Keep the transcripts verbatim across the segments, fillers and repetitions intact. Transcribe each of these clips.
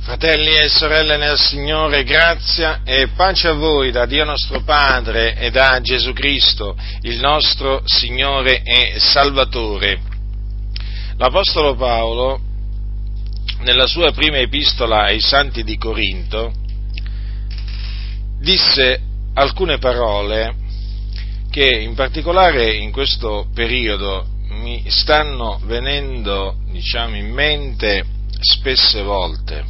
Fratelli e sorelle nel Signore, grazia e pace a voi da Dio nostro Padre e da Gesù Cristo, il nostro Signore e Salvatore. L'Apostolo Paolo, nella sua prima epistola ai Santi di Corinto, disse alcune parole che in particolare in questo periodo mi stanno venendo, diciamo, in mente spesse volte.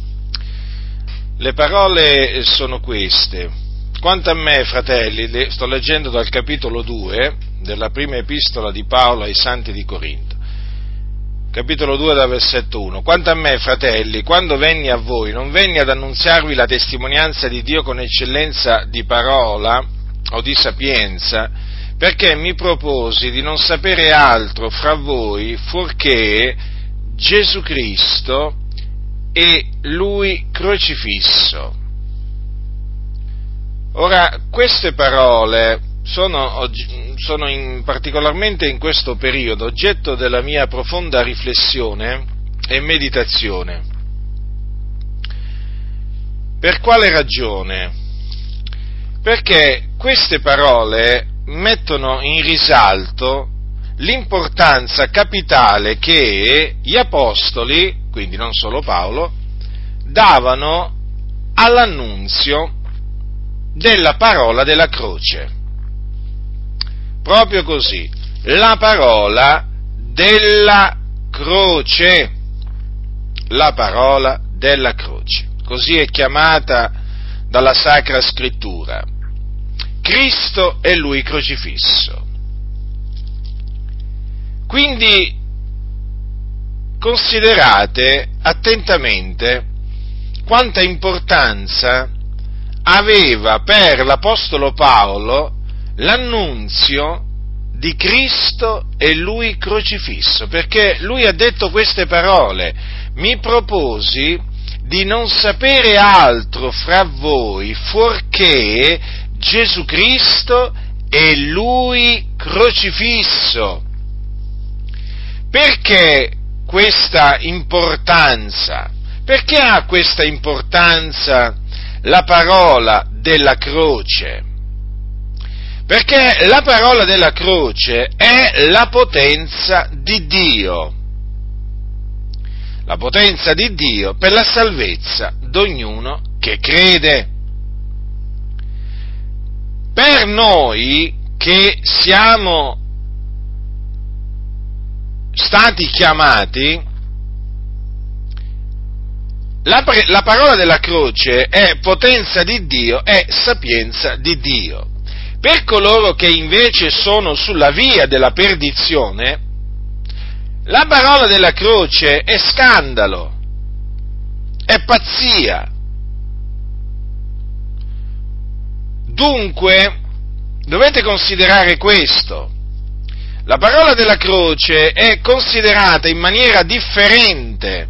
Le parole sono queste: quanto a me, fratelli, sto leggendo dal capitolo due della prima epistola di Paolo ai Santi di Corinto, capitolo due dal versetto uno. Quanto a me, fratelli, quando venni a voi, non venni ad annunziarvi la testimonianza di Dio con eccellenza di parola o di sapienza, perché mi proposi di non sapere altro fra voi fuorché Gesù Cristo e Lui crocifisso. Ora, queste parole sono, sono in, particolarmente in questo periodo oggetto della mia profonda riflessione e meditazione. Per quale ragione? Perché queste parole mettono in risalto l'importanza capitale che gli apostoli, quindi non solo Paolo, davano all'annunzio della parola della croce. Proprio così, la parola della croce, la parola della croce, così è chiamata dalla Sacra Scrittura, Cristo e Lui crocifisso. Quindi considerate attentamente quanta importanza aveva per l'Apostolo Paolo l'annunzio di Cristo e Lui crocifisso, perché lui ha detto queste parole: mi proposi di non sapere altro fra voi fuorché Gesù Cristo e Lui crocifisso. Perché questa importanza? Perché ha questa importanza la parola della croce? Perché la parola della croce è la potenza di Dio, la potenza di Dio per la salvezza d'ognuno che crede. Per noi che siamo stati chiamati, la, la parola della croce è potenza di Dio, è sapienza di Dio. Per coloro che invece sono sulla via della perdizione, la parola della croce è scandalo, è pazzia. Dunque, dovete considerare questo: la parola della croce è considerata in maniera differente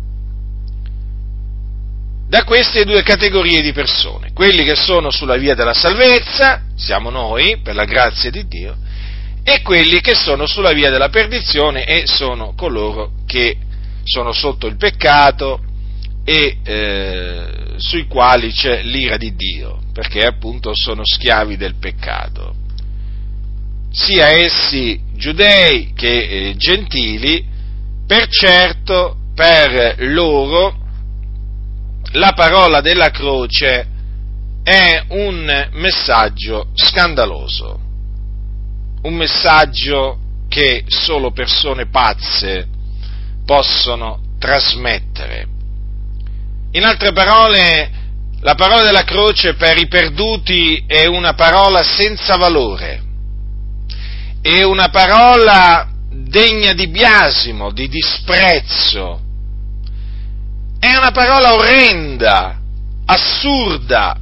da queste due categorie di persone, quelli che sono sulla via della salvezza, siamo noi, per la grazia di Dio, e quelli che sono sulla via della perdizione e sono coloro che sono sotto il peccato e eh, sui quali c'è l'ira di Dio, perché appunto sono schiavi del peccato, sia essi giudei che eh, gentili. Per certo, per loro la parola della croce è un messaggio scandaloso, un messaggio che solo persone pazze possono trasmettere. In altre parole, la parola della croce per i perduti è una parola senza valore, è una parola degna di biasimo, di disprezzo, è una parola orrenda, assurda,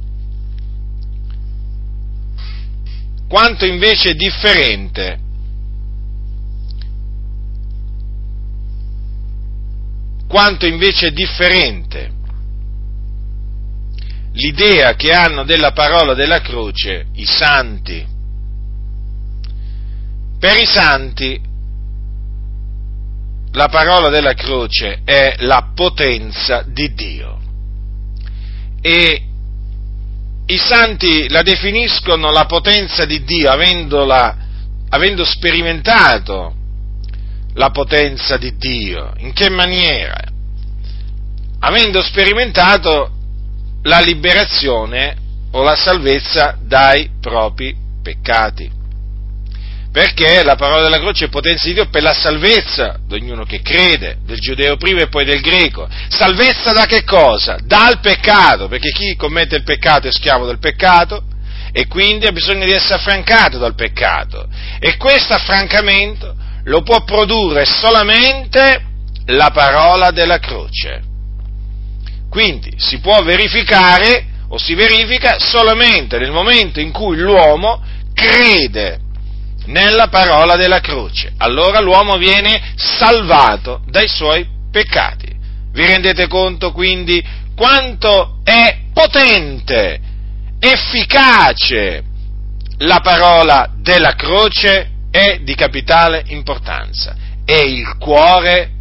quanto invece è differente quanto invece è differente l'idea che hanno della parola della croce i santi. Per i santi la parola della croce è la potenza di Dio. E i santi la definiscono la potenza di Dio, avendola, avendo sperimentato la potenza di Dio. In che maniera? Avendo sperimentato la liberazione o la salvezza dai propri peccati. Perché la parola della croce è potenza di Dio per la salvezza di ognuno che crede, del giudeo prima e poi del greco. Salvezza da che cosa? Dal peccato, perché chi commette il peccato è schiavo del peccato e quindi ha bisogno di essere affrancato dal peccato. E questo affrancamento lo può produrre solamente la parola della croce. Quindi si può verificare o si verifica solamente nel momento in cui l'uomo crede nella parola della croce. Allora l'uomo viene salvato dai suoi peccati. Vi rendete conto quindi quanto è potente, efficace la parola della croce? È di capitale importanza. È il cuore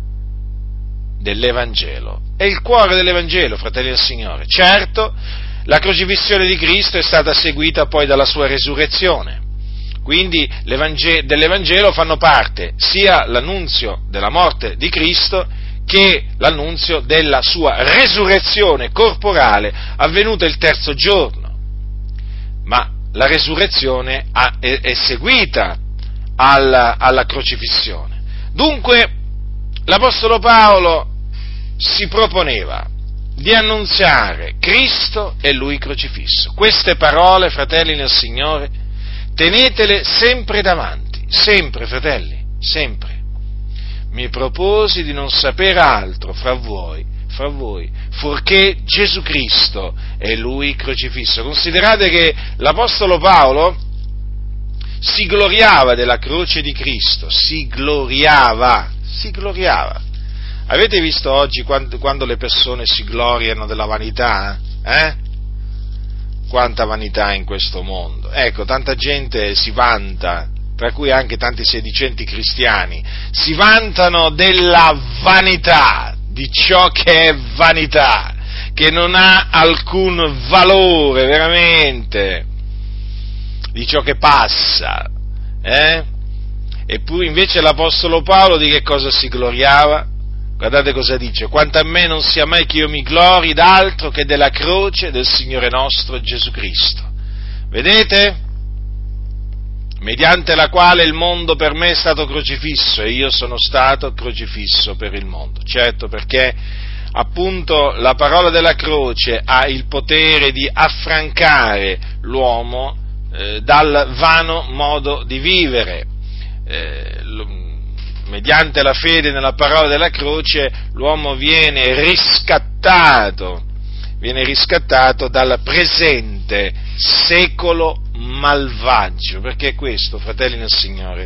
dell'Evangelo. È il cuore dell'Evangelo, fratelli del Signore. Certo, la crocifissione di Cristo è stata seguita poi dalla sua resurrezione. Quindi dell'Evangelo fanno parte sia l'annunzio della morte di Cristo che l'annunzio della sua resurrezione corporale avvenuta il terzo giorno. Ma la resurrezione è, è seguita alla, alla crocifissione. Dunque l'Apostolo Paolo si proponeva di annunziare Cristo e Lui crocifisso. Queste parole, fratelli nel Signore, tenetele sempre davanti, sempre, fratelli, sempre. Mi proposi di non sapere altro fra voi, fra voi, fuorché Gesù Cristo e Lui crocifisso. Considerate che l'Apostolo Paolo si gloriava della croce di Cristo, si gloriava, si gloriava. Avete visto oggi quando, quando le persone si gloriano della vanità? Eh? Quanta vanità in questo mondo. Ecco, tanta gente si vanta, tra cui anche tanti sedicenti cristiani, si vantano della vanità, di ciò che è vanità, che non ha alcun valore, veramente, di ciò che passa, eh? Eppure invece l'Apostolo Paolo di che cosa si gloriava? Guardate cosa dice: quanto a me non sia mai che io mi glori d'altro che della croce del Signore nostro Gesù Cristo. Vedete? Mediante la quale il mondo per me è stato crocifisso e io sono stato crocifisso per il mondo. Certo, perché appunto la parola della croce ha il potere di affrancare l'uomo eh, dal vano modo di vivere. Eh, lo, Mediante la fede nella parola della croce l'uomo viene riscattato, viene riscattato dal presente secolo malvagio, perché è questo, fratelli nel Signore,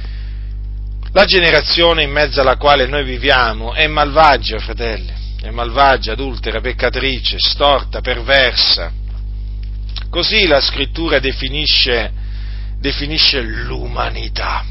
la generazione in mezzo alla quale noi viviamo è malvagia, fratelli, è malvagia, adultera, peccatrice, storta, perversa. Così la Scrittura definisce, definisce l'umanità.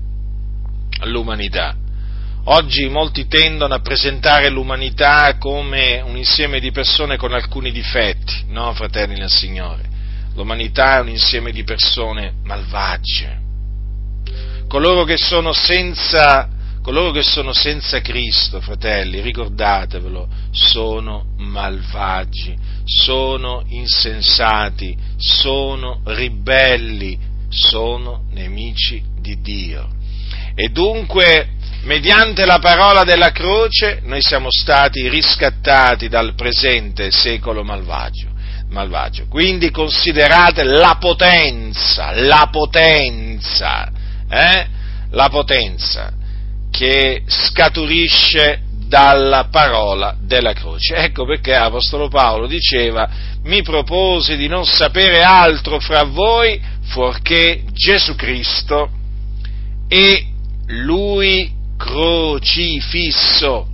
L'umanità. Oggi molti tendono a presentare l'umanità come un insieme di persone con alcuni difetti. No, fratelli nel Signore, l'umanità è un insieme di persone malvagie. Coloro che sono senza, coloro che sono senza Cristo, fratelli, ricordatevelo, sono malvagi, sono insensati, sono ribelli, sono nemici di Dio. E dunque, mediante la parola della croce, noi siamo stati riscattati dal presente secolo malvagio. malvagio. Quindi considerate la potenza, la potenza, eh? la potenza che scaturisce dalla parola della croce. Ecco perché l'Apostolo Paolo diceva: mi proposi di non sapere altro fra voi fuorché Gesù Cristo e Lui crocifisso.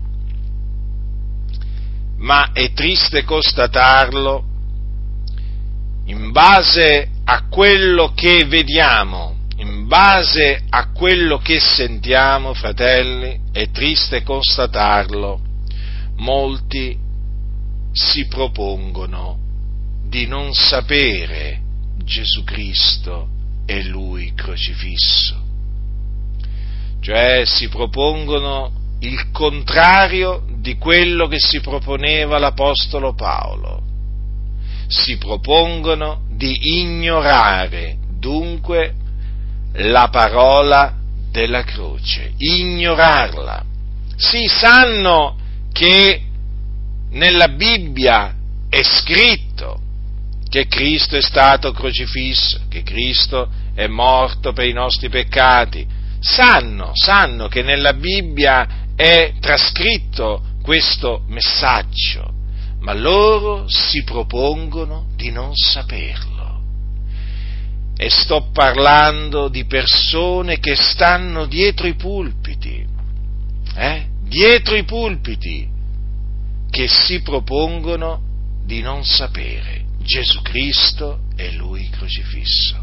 Ma è triste constatarlo, in base a quello che vediamo, in in base a quello che sentiamo, fratelli, è triste constatarlo, molti si propongono di non sapere Gesù Cristo e Lui crocifisso. Cioè si propongono il contrario di quello che si proponeva l'Apostolo Paolo. Si propongono di ignorare dunque la parola della croce, ignorarla. Sì, sanno che nella Bibbia è scritto che Cristo è stato crocifisso, che Cristo è morto per i nostri peccati. Sanno, sanno che nella Bibbia è trascritto questo messaggio, ma loro si propongono di non saperlo. E sto parlando di persone che stanno dietro i pulpiti, eh? dietro i pulpiti, che si propongono di non sapere Gesù Cristo e Lui crocifisso.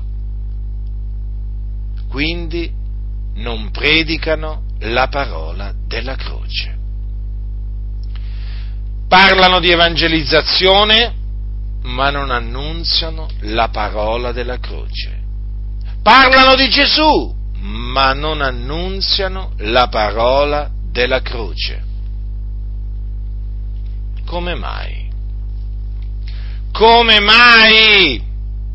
Quindi non predicano la parola della croce. Parlano di evangelizzazione, ma non annunziano la parola della croce. Parlano di Gesù, ma non annunziano la parola della croce. Come mai? Come mai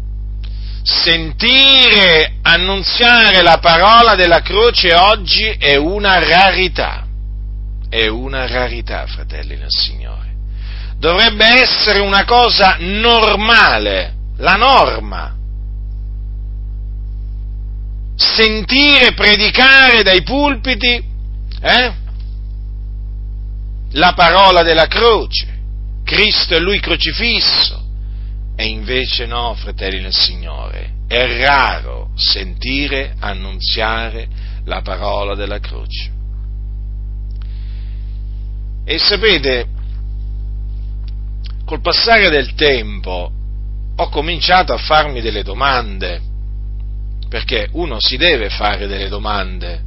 sentire annunziare la parola della croce oggi è una rarità? È una rarità, fratelli nel Signore. Dovrebbe essere una cosa normale, la norma. Sentire predicare dai pulpiti eh, la parola della croce, Cristo e Lui crocifisso. E invece no, fratelli nel Signore, è raro sentire annunziare la parola della croce. E sapete, col passare del tempo ho cominciato a farmi delle domande, perché uno si deve fare delle domande.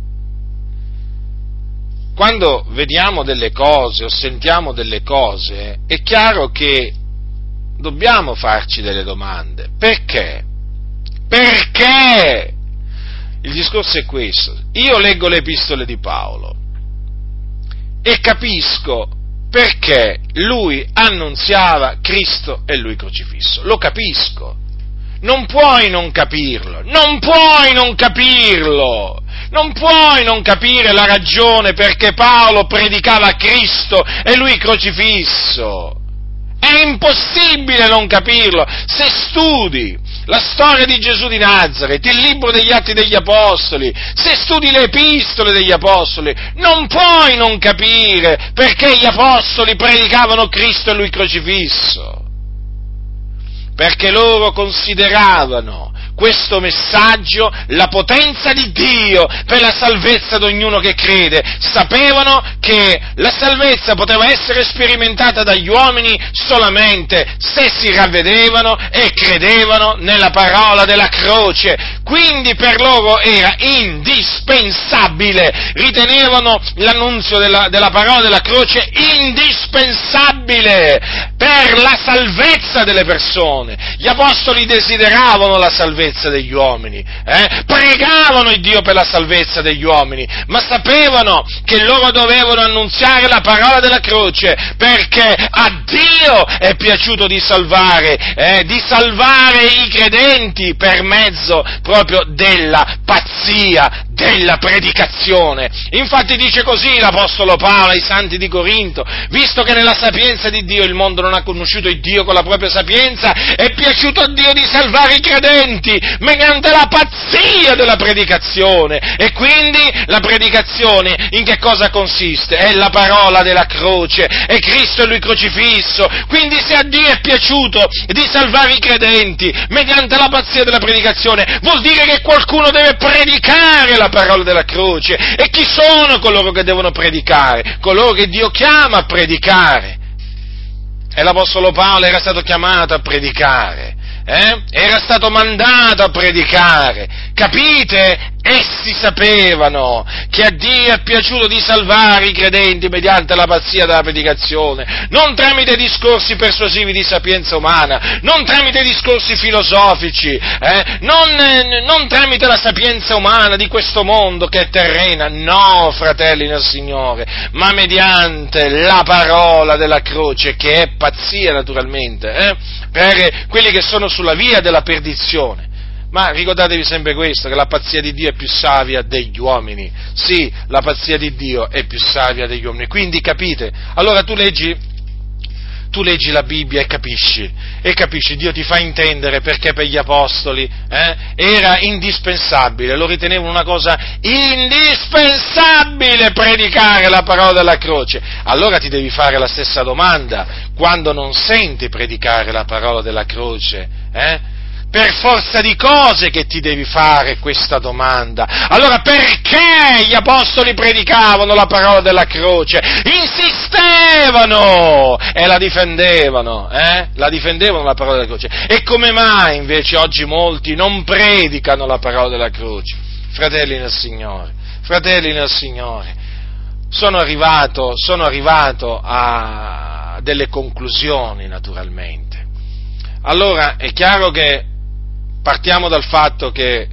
Quando vediamo delle cose o sentiamo delle cose, è chiaro che dobbiamo farci delle domande. Perché? Perché? Il discorso è questo. Io leggo le epistole di Paolo e capisco perché lui annunziava Cristo e Lui crocifisso. Lo capisco. Non puoi non capirlo. Non puoi non capirlo. Non puoi non capire la ragione perché Paolo predicava Cristo e Lui crocifisso. È impossibile non capirlo. Se studi la storia di Gesù di Nazaret, il libro degli Atti degli Apostoli, se studi le epistole degli Apostoli, non puoi non capire perché gli Apostoli predicavano Cristo e Lui crocifisso. Perché loro consideravano questo messaggio la potenza di Dio per la salvezza di ognuno che crede. Sapevano che la salvezza poteva essere sperimentata dagli uomini solamente se si ravvedevano e credevano nella parola della croce. Quindi per loro era indispensabile, ritenevano l'annunzio della, della parola della croce indispensabile per la salvezza delle persone. Gli apostoli desideravano la salvezza degli uomini, eh? pregavano il Dio per la salvezza degli uomini, ma sapevano che loro dovevano annunziare la parola della croce, perché a Dio è piaciuto di salvare, eh? di salvare i credenti per mezzo proprio della pazzia, della predicazione. Infatti dice così l'Apostolo Paolo ai santi di Corinto: visto che nella sapienza di Dio il mondo non ha conosciuto il Dio con la propria sapienza, è piaciuto a Dio di salvare i credenti mediante la pazzia della predicazione. E quindi la predicazione in che cosa consiste? È la parola della croce, è Cristo e Lui crocifisso. Quindi se a Dio è piaciuto di salvare i credenti mediante la pazzia della predicazione, vuol dire che qualcuno deve predicare la parola della croce. E chi sono coloro che devono predicare? Coloro che Dio chiama a predicare. E l'Apostolo Paolo era stato chiamato a predicare, eh? era stato mandato a predicare. Capite? Essi sapevano che a Dio è piaciuto di salvare i credenti mediante la pazzia della predicazione, non tramite discorsi persuasivi di sapienza umana, non tramite discorsi filosofici, eh? non, non tramite la sapienza umana di questo mondo che è terrena, no, fratelli nel Signore, ma mediante la parola della croce, che è pazzia naturalmente, eh? per quelli che sono sulla via della perdizione. Ma ricordatevi sempre questo, che la pazzia di Dio è più savia degli uomini. Sì, la pazzia di Dio è più savia degli uomini. Quindi capite? Allora tu leggi, tu leggi la Bibbia e capisci, e capisci, Dio ti fa intendere perché per gli apostoli eh, era indispensabile, lo ritenevano una cosa indispensabile predicare la parola della croce. Allora ti devi fare la stessa domanda quando non senti predicare la parola della croce, eh? Per forza di cose che ti devi fare questa domanda. Allora perché gli apostoli predicavano la parola della croce? Insistevano e la difendevano, eh? La difendevano la parola della croce. E come mai invece oggi molti non predicano la parola della croce? Fratelli nel Signore, fratelli nel Signore, sono arrivato, sono arrivato a delle conclusioni naturalmente. Allora è chiaro che partiamo dal fatto che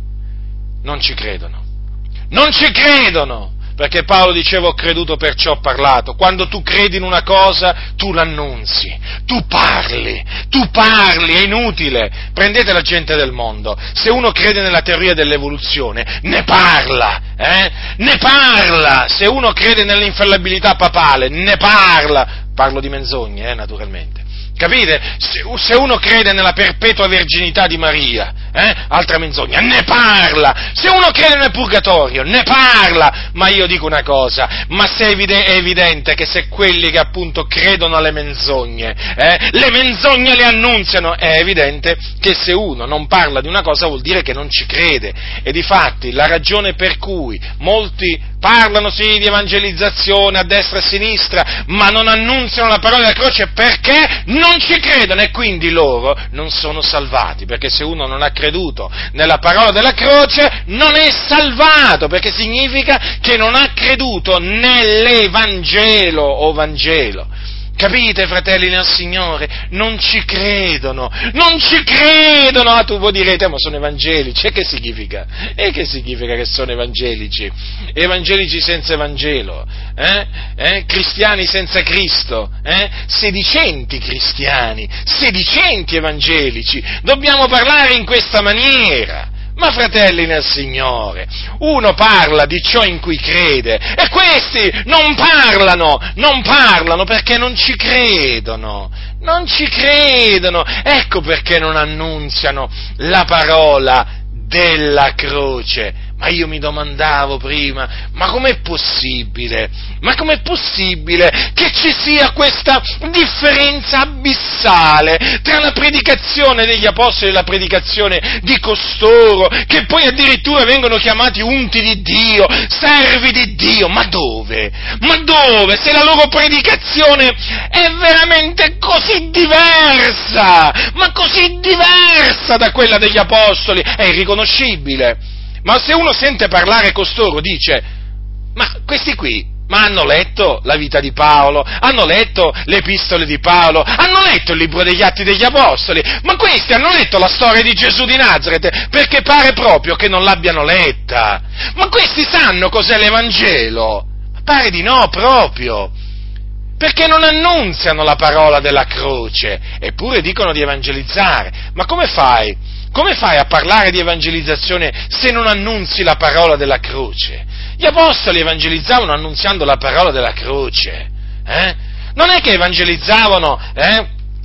non ci credono, non ci credono, perché Paolo diceva ho creduto perciò ho parlato. Quando tu credi in una cosa, tu l'annunzi, tu parli, tu parli, è inutile. Prendete la gente del mondo, se uno crede nella teoria dell'evoluzione, ne parla, eh? ne parla, se uno crede nell'infallibilità papale, ne parla, parlo di menzogne, eh, naturalmente. Capite? Se, se uno crede nella perpetua verginità di Maria, eh, altra menzogna, ne parla! Se uno crede nel purgatorio, ne parla! Ma io dico una cosa, ma se è evidente che se quelli che appunto credono alle menzogne, eh, le menzogne le annunziano, è evidente che se uno non parla di una cosa vuol dire che non ci crede. E difatti la ragione per cui molti parlano sì di evangelizzazione a destra e a sinistra, ma non annunziano la parola della croce perché non ci credono e quindi loro non sono salvati, perché se uno non ha creduto nella parola della croce non è salvato, perché significa che non ha creduto nell'Evangelo o Vangelo. Capite, fratelli nel Signore? Non ci credono, non ci credono! Ah, tu voi direte, ma sono evangelici, e che significa? E che significa che sono evangelici? Evangelici senza Evangelo, eh? Eh? Cristiani senza Cristo, eh? Sedicenti cristiani, sedicenti evangelici, dobbiamo parlare in questa maniera. Ma fratelli nel Signore, uno parla di ciò in cui crede e questi non parlano, non parlano perché non ci credono, non ci credono, ecco perché non annunziano la parola della croce. Ma io mi domandavo prima, ma com'è possibile? Ma com'è possibile che ci sia questa differenza abissale tra la predicazione degli apostoli e la predicazione di costoro, che poi addirittura vengono chiamati unti di Dio, servi di Dio? Ma dove? Ma dove? Se la loro predicazione è veramente così diversa, ma così diversa da quella degli apostoli, è irriconoscibile. Ma se uno sente parlare costoro dice, ma questi qui, ma hanno letto la vita di Paolo, hanno letto le epistole di Paolo, hanno letto il libro degli Atti degli Apostoli, ma questi hanno letto la storia di Gesù di Nazaret, perché pare proprio che non l'abbiano letta. Ma questi sanno cos'è l'Evangelo? Pare di no proprio, perché non annunziano la parola della croce, eppure dicono di evangelizzare. Ma come fai? Come fai a parlare di evangelizzazione se non annunzi la parola della croce? Gli apostoli evangelizzavano annunziando la parola della croce, eh? Non è che evangelizzavano, eh,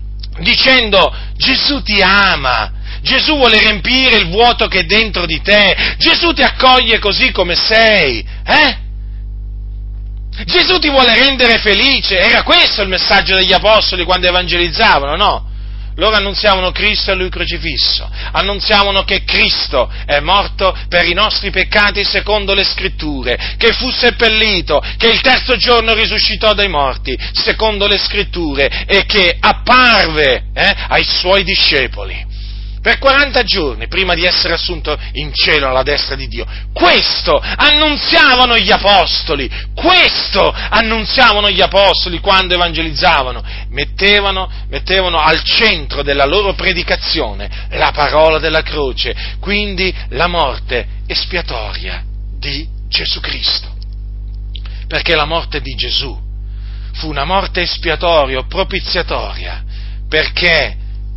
dicendo Gesù ti ama, Gesù vuole riempire il vuoto che è dentro di te, Gesù ti accoglie così come sei, eh? Gesù ti vuole rendere felice. Era questo il messaggio degli apostoli quando evangelizzavano, no? Loro annunziavano Cristo e Lui crocifisso, annunziavano che Cristo è morto per i nostri peccati secondo le Scritture, che fu seppellito, che il terzo giorno risuscitò dai morti secondo le Scritture e che apparve eh, ai Suoi discepoli. per quaranta giorni prima di essere assunto in cielo alla destra di Dio. Questo annunziavano gli apostoli, questo annunziavano gli apostoli quando evangelizzavano, mettevano, mettevano al centro della loro predicazione la parola della croce, quindi la morte espiatoria di Gesù Cristo. Perché la morte di Gesù fu una morte espiatoria, propiziatoria, perché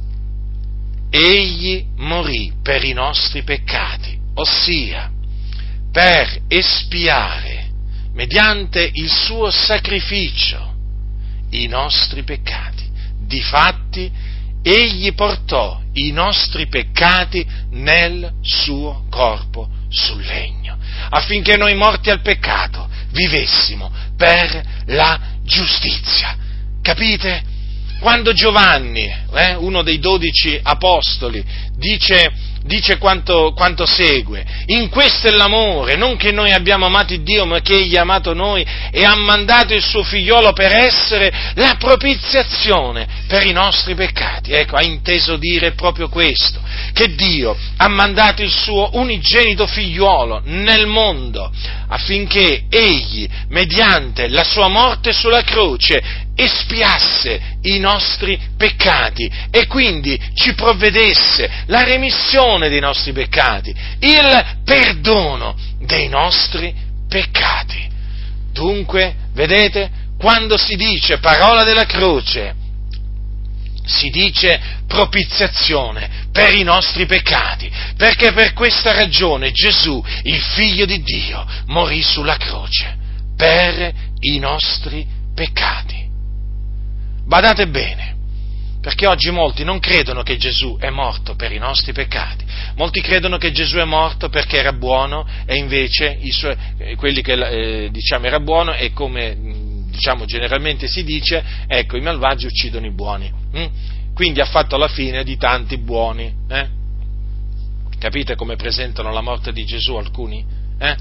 Egli morì per i nostri peccati, ossia per espiare, mediante il suo sacrificio, i nostri peccati. Difatti, Egli portò i nostri peccati nel suo corpo sul legno, affinché noi morti al peccato vivessimo per la giustizia. Capite? Quando Giovanni, eh, uno dei dodici apostoli, dice, dice quanto, quanto segue: in questo è l'amore, non che noi abbiamo amato Dio, ma che Egli ha amato noi e ha mandato il suo figliolo per essere la propiziazione per i nostri peccati. Ecco, ha inteso dire proprio questo, che Dio ha mandato il suo unigenito figliuolo nel mondo affinché Egli, mediante la sua morte sulla croce, espiasse i nostri peccati e quindi ci provvedesse la remissione dei nostri peccati, il perdono dei nostri peccati. Dunque, vedete, quando si dice parola della croce, si dice propiziazione per i nostri peccati, perché per questa ragione Gesù, il Figlio di Dio, morì sulla croce per i nostri peccati. Badate bene, perché oggi molti non credono che Gesù è morto per i nostri peccati, molti credono che Gesù è morto perché era buono e invece i suoi, quelli che eh, diciamo era buono e come diciamo generalmente si dice, ecco, i malvagi uccidono i buoni, hm? Quindi ha fatto la fine di tanti buoni, eh? Capite come presentano la morte di Gesù alcuni? Eh?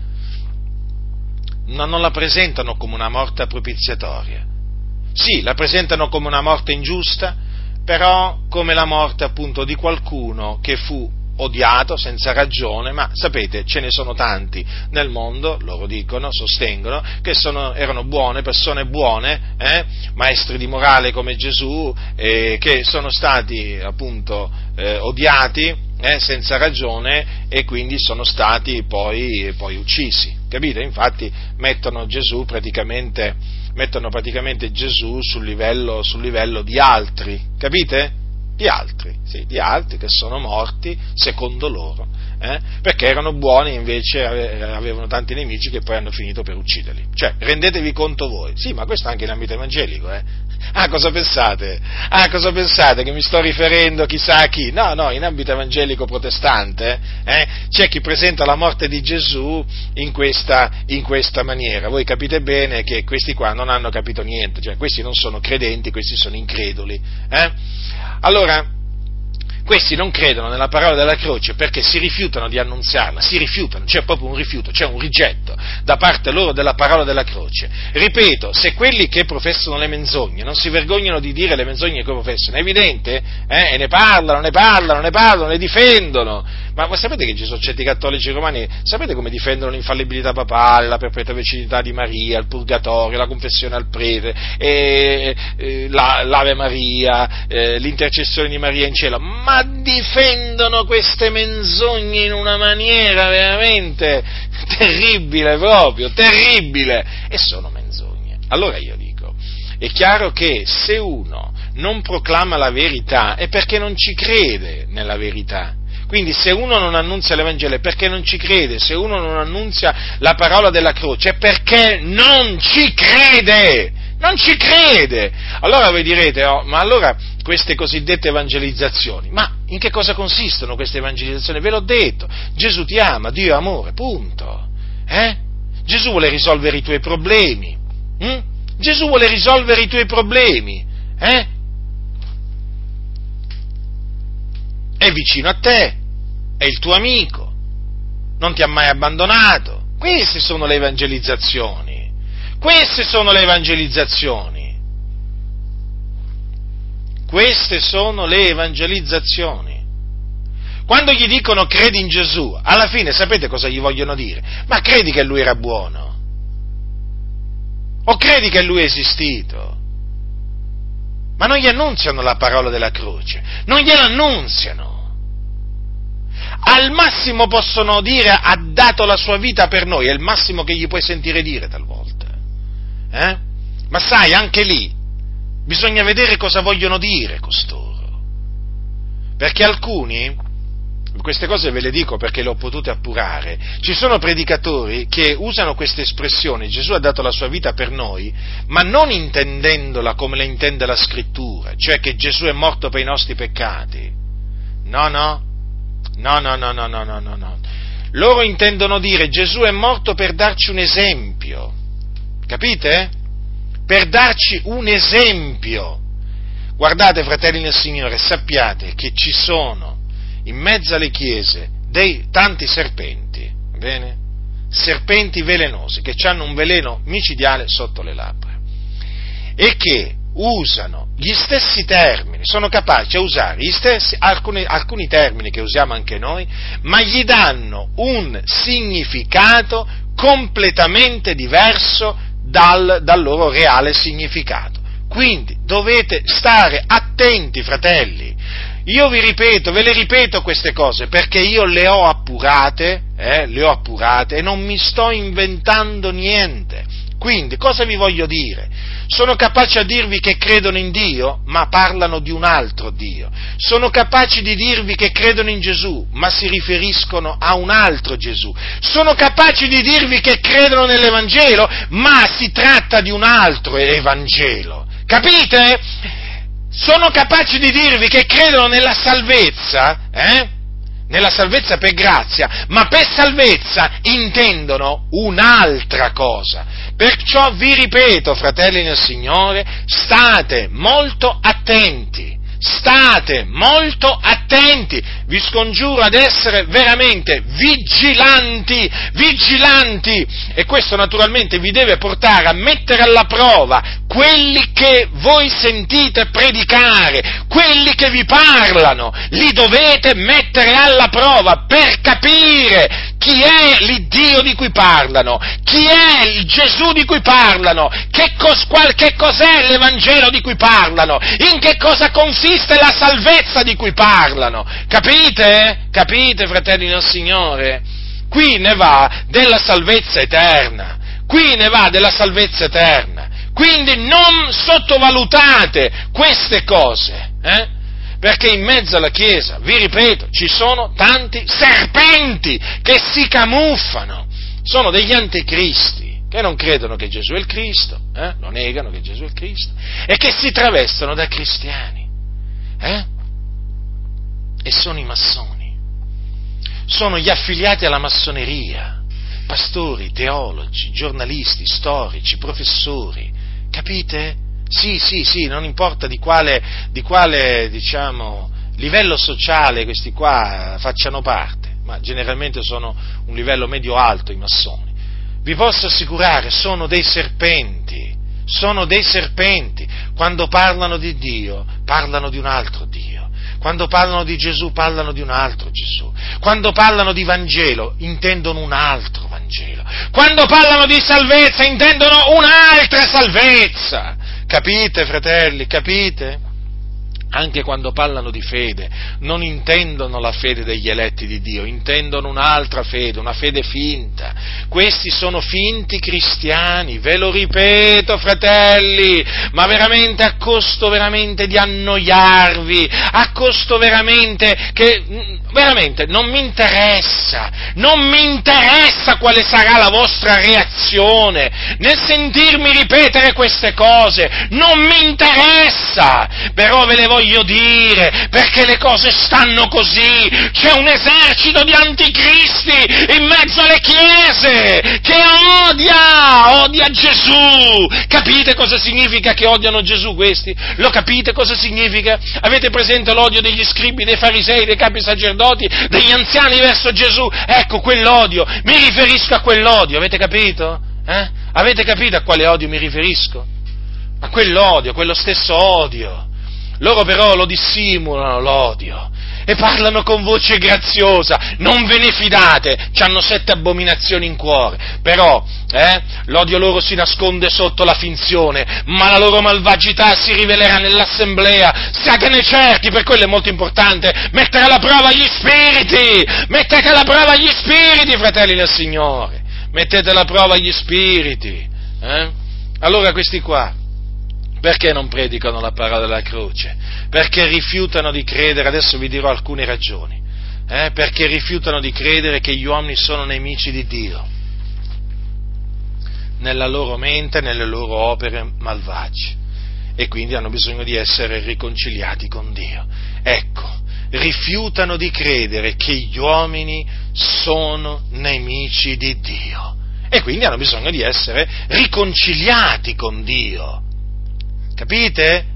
No, non la presentano come una morte propiziatoria. Sì, la presentano come una morte ingiusta, però come la morte appunto di qualcuno che fu odiato senza ragione, ma sapete, ce ne sono tanti nel mondo, loro dicono, sostengono, che sono, erano buone, persone buone, eh, maestri di morale come Gesù, eh, che sono stati appunto eh, odiati eh, senza ragione e quindi sono stati poi, poi uccisi, capite? Infatti mettono Gesù praticamente mettono praticamente Gesù sul livello, sul livello di altri, capite? Di altri, sì, di altri che sono morti secondo loro, eh? Perché erano buoni e invece avevano tanti nemici che poi hanno finito per ucciderli. Cioè, rendetevi conto voi, sì, ma questo anche in ambito evangelico, eh? Ah, cosa pensate? Ah, cosa pensate? Che mi sto riferendo chissà a chi? No, no, in ambito evangelico protestante eh, c'è chi presenta la morte di Gesù in questa, in questa maniera. Voi capite bene che questi qua non hanno capito niente, cioè questi non sono credenti, questi sono increduli. Eh? Allora, questi non credono nella parola della croce perché si rifiutano di annunziarla, si rifiutano, c'è proprio un rifiuto, c'è un rigetto da parte loro della parola della croce. Ripeto, se quelli che professano le menzogne non si vergognano di dire le menzogne che professano, è evidente, eh? E ne parlano, ne parlano, ne parlano, ne difendono. Ma voi sapete che ci sono certi cattolici romani, sapete come difendono l'infallibilità papale, la perpetua virginità di Maria, il purgatorio, la confessione al prete, e, e, la, l'Ave Maria, eh, l'intercessione di Maria in cielo, ma difendono queste menzogne in una maniera veramente terribile proprio, terribile, e sono menzogne. Allora io dico, è chiaro che se uno non proclama la verità è perché non ci crede nella verità. Quindi se uno non annunzia l'Evangelo è perché non ci crede, se uno non annunzia la parola della croce è perché non ci crede, non ci crede. Allora voi direte, oh, ma allora queste cosiddette evangelizzazioni, ma in che cosa consistono queste evangelizzazioni? Ve l'ho detto, Gesù ti ama, Dio è amore, punto. Eh? Gesù vuole risolvere i tuoi problemi, hm? Gesù vuole risolvere i tuoi problemi, eh? È vicino a te, è il tuo amico, non ti ha mai abbandonato. Queste sono le evangelizzazioni, queste sono le evangelizzazioni, queste sono le evangelizzazioni. Quando gli dicono credi in Gesù, alla fine sapete cosa gli vogliono dire? Ma credi che lui era buono? O credi che lui è esistito? Ma non gli annunziano la parola della croce, non gliela annunziano. Al massimo possono dire ha dato la sua vita per noi, è il massimo che gli puoi sentire dire talvolta. Eh? Ma sai, anche lì bisogna vedere cosa vogliono dire costoro. Perché alcuni, queste cose ve le dico perché le ho potute appurare, ci sono predicatori che usano questa espressione, Gesù ha dato la sua vita per noi, ma non intendendola come la intende la Scrittura, cioè che Gesù è morto per i nostri peccati. No, no. No, no, no, no, no, no, no, no. Loro intendono dire Gesù è morto per darci un esempio, capite? Per darci un esempio. Guardate, fratelli nel Signore, sappiate che ci sono in mezzo alle chiese dei tanti serpenti, va bene? Serpenti velenosi, che hanno un veleno micidiale sotto le labbra e che usano gli stessi termini, sono capaci a usare gli stessi, alcuni, alcuni termini che usiamo anche noi, ma gli danno un significato completamente diverso dal, dal loro reale significato. Quindi dovete stare attenti, fratelli. Io vi ripeto, ve le ripeto queste cose perché io le ho appurate, eh, le ho appurate e non mi sto inventando niente. Quindi, cosa vi voglio dire? Sono capaci a dirvi che credono in Dio, ma parlano di un altro Dio. Sono capaci di dirvi che credono in Gesù, ma si riferiscono a un altro Gesù. Sono capaci di dirvi che credono nell'Evangelo, ma si tratta di un altro Evangelo. Capite? Sono capaci di dirvi che credono nella salvezza, eh? Nella salvezza per grazia, ma per salvezza intendono un'altra cosa. Perciò vi ripeto, fratelli nel Signore, state molto attenti, state molto attenti, vi scongiuro ad essere veramente vigilanti, vigilanti, e questo naturalmente vi deve portare a mettere alla prova quelli che voi sentite predicare, quelli che vi parlano, li dovete mettere alla prova per capire chi è l'Iddio di cui parlano, chi è il Gesù di cui parlano, che, cos, qual, che cos'è l'Evangelo di cui parlano, in che cosa consiste la salvezza di cui parlano. Capite? Capite, fratelli del Signore? Qui ne va della salvezza eterna, qui ne va della salvezza eterna. Quindi non sottovalutate queste cose, eh? Perché in mezzo alla Chiesa, vi ripeto, ci sono tanti serpenti che si camuffano, sono degli anticristi, che non credono che Gesù è il Cristo, eh? Lo negano che Gesù è il Cristo, e che si travestono da cristiani, eh? E sono i massoni, sono gli affiliati alla massoneria, pastori, teologi, giornalisti, storici, professori, capite? Sì, sì, sì, non importa di quale, di quale, diciamo, livello sociale questi qua facciano parte, ma generalmente sono un livello medio-alto i massoni. Vi posso assicurare, sono dei serpenti, sono dei serpenti. Quando parlano di Dio, parlano di un altro Dio. Quando parlano di Gesù, parlano di un altro Gesù. Quando parlano di Vangelo, intendono un altro Vangelo. Quando parlano di salvezza, intendono un'altra salvezza. Capite, fratelli, capite? Anche quando parlano di fede, non intendono la fede degli eletti di Dio, intendono un'altra fede, una fede finta. Questi sono finti cristiani, ve lo ripeto, fratelli, ma veramente a costo veramente di annoiarvi, a costo veramente che, veramente, non mi interessa, non mi interessa quale sarà la vostra reazione nel sentirmi ripetere queste cose, non mi interessa, però ve le voglio dire, perché le cose stanno così, c'è un esercito di anticristi in mezzo alle chiese, che odia, odia Gesù. Capite cosa significa che odiano Gesù questi? Lo capite cosa significa? Avete presente l'odio degli scribi, dei farisei, dei capi sacerdoti, degli anziani verso Gesù? Ecco, quell'odio, mi riferisco a quell'odio, avete capito? Eh? Avete capito a quale odio mi riferisco? A quell'odio, quello stesso odio. Loro però lo dissimulano l'odio, e parlano con voce graziosa, non ve ne fidate, c'hanno sette abominazioni in cuore, però eh, l'odio loro si nasconde sotto la finzione, ma la loro malvagità si rivelerà nell'assemblea, siatene certi, per quello è molto importante mettere alla prova gli spiriti, mettete alla prova gli spiriti, fratelli del Signore, mettete alla prova gli spiriti, eh? Allora questi qua, perché non predicano la parola della croce? Perché rifiutano di credere, adesso vi dirò alcune ragioni, eh? Perché rifiutano di credere che gli uomini sono nemici di Dio, nella loro mente, nelle loro opere malvagie, e quindi hanno bisogno di essere riconciliati con Dio. Ecco, rifiutano di credere che gli uomini sono nemici di Dio, e quindi hanno bisogno di essere riconciliati con Dio. Capite?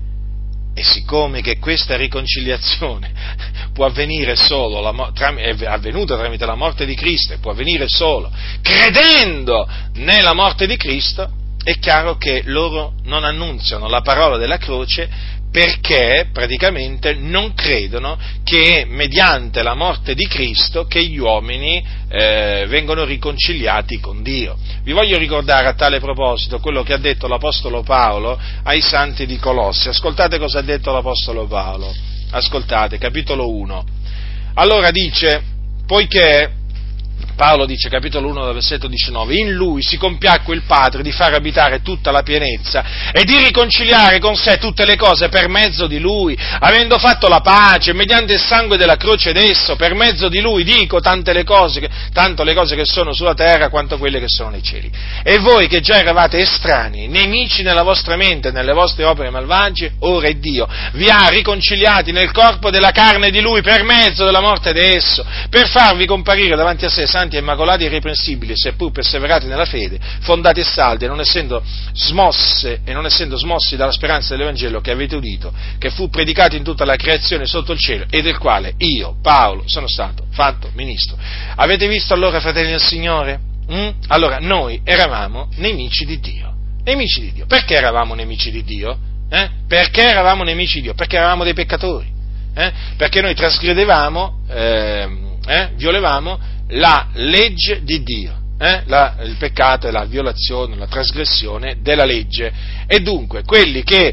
E siccome che questa riconciliazione può avvenire solo, la, è avvenuta tramite la morte di Cristo, e può avvenire solo credendo nella morte di Cristo, è chiaro che loro non annunziano la parola della croce, perché praticamente non credono che mediante la morte di Cristo che gli uomini eh, vengono riconciliati con Dio. Vi voglio ricordare a tale proposito quello che ha detto l'Apostolo Paolo ai santi di Colosse. Ascoltate cosa ha detto l'Apostolo Paolo. Ascoltate, capitolo uno. Allora dice, poiché Paolo dice, capitolo uno, versetto diciannove, in lui si compiacque il Padre di far abitare tutta la pienezza e di riconciliare con sé tutte le cose per mezzo di lui, avendo fatto la pace mediante il sangue della croce d'esso, per mezzo di lui, dico, tante le cose, tanto le cose che sono sulla terra quanto quelle che sono nei cieli. E voi che già eravate estranei, nemici nella vostra mente, nelle vostre opere malvagie, ora è Dio vi ha riconciliati nel corpo della carne di lui per mezzo della morte d'esso, per farvi comparire davanti a sé santi e immacolati e irreprensibili, seppur perseverati nella fede, fondati e saldi, e non essendo smosse e non essendo smossi dalla speranza dell'Evangelo che avete udito, che fu predicato in tutta la creazione sotto il cielo, e del quale io, Paolo, sono stato fatto ministro. Avete visto allora, fratelli del Signore? Mm? Allora, noi eravamo nemici di Dio. Nemici di Dio. Perché eravamo nemici di Dio? Eh? Perché eravamo nemici di Dio? Perché eravamo dei peccatori. Eh? Perché noi trasgredevamo, eh, eh, violevamo la legge di Dio, eh? la, il peccato è la violazione, la trasgressione della legge, e dunque quelli che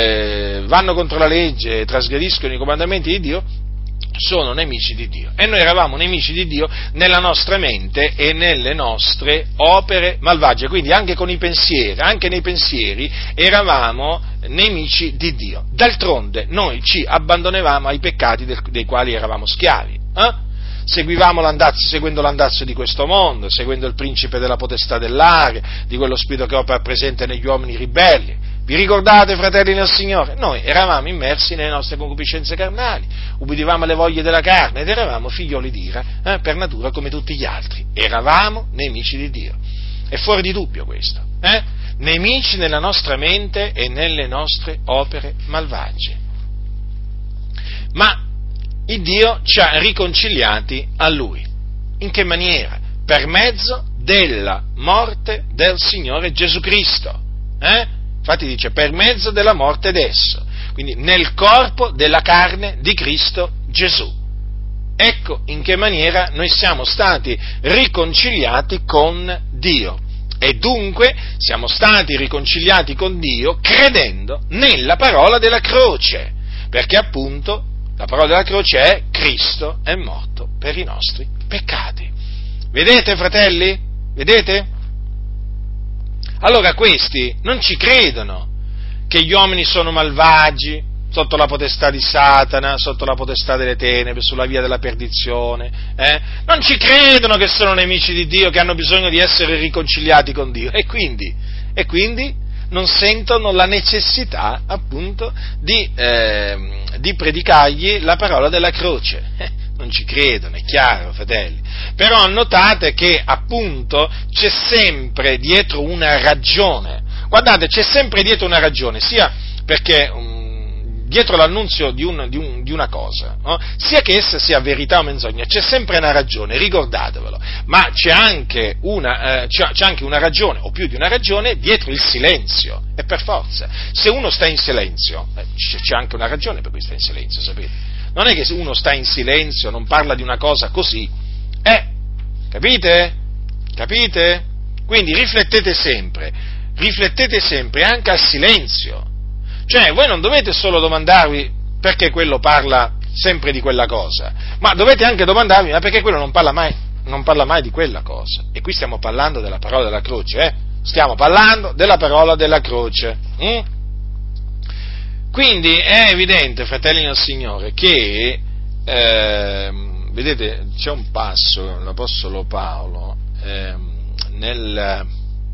eh, vanno contro la legge e trasgrediscono i comandamenti di Dio sono nemici di Dio, e noi eravamo nemici di Dio nella nostra mente e nelle nostre opere malvagie, quindi anche con i pensieri, anche nei pensieri eravamo nemici di Dio. D'altronde noi ci abbandonavamo ai peccati del, dei quali eravamo schiavi, eh? Seguivamo l'andazzo, seguendo l'andazzo di questo mondo, seguendo il principe della potestà dell'aria, di quello spirito che opera presente negli uomini ribelli. Vi ricordate, fratelli nel Signore? Noi eravamo immersi nelle nostre concupiscenze carnali, ubbidivamo alle voglie della carne ed eravamo figlioli di ira, eh, per natura come tutti gli altri. Eravamo nemici di Dio. È fuori di dubbio questo. Eh? Nemici nella nostra mente e nelle nostre opere malvagie. Ma il Dio ci ha riconciliati a Lui. In che maniera? Per mezzo della morte del Signore Gesù Cristo. Eh? Infatti dice, per mezzo della morte d'esso. Quindi nel corpo della carne di Cristo Gesù. Ecco in che maniera noi siamo stati riconciliati con Dio. E dunque siamo stati riconciliati con Dio credendo nella parola della croce. Perché appunto la parola della croce è: Cristo è morto per i nostri peccati. Vedete, fratelli? Vedete? Allora questi non ci credono che gli uomini sono malvagi, sotto la potestà di Satana, sotto la potestà delle tenebre, sulla via della perdizione. Eh? Non ci credono che sono nemici di Dio, che hanno bisogno di essere riconciliati con Dio. E quindi, e quindi non sentono la necessità, appunto, di, eh, di predicargli la parola della croce. Eh, non ci credono, è chiaro, fratelli. Però notate che, appunto, c'è sempre dietro una ragione. Guardate, c'è sempre dietro una ragione, sia perché um, dietro l'annunzio di, un, di, un, di una cosa, no? Sia che essa sia verità o menzogna, c'è sempre una ragione, ricordatevelo. Ma c'è anche una, eh, c'è, c'è anche una ragione, o più di una ragione, dietro il silenzio. E per forza. Se uno sta in silenzio, eh, c'è anche una ragione per cui sta in silenzio, sapete? non è che se uno sta in silenzio, non parla di una cosa così, eh, capite? Capite? Quindi riflettete sempre, riflettete sempre anche al silenzio, cioè voi non dovete solo domandarvi perché quello parla sempre di quella cosa, ma dovete anche domandarvi ma perché quello non parla mai, non parla mai di quella cosa, e qui stiamo parlando della parola della croce, eh? Stiamo parlando della parola della croce, hm? Quindi è evidente, fratelli del Signore, che, eh, vedete, c'è un passo, l'Apostolo Paolo, eh, nel,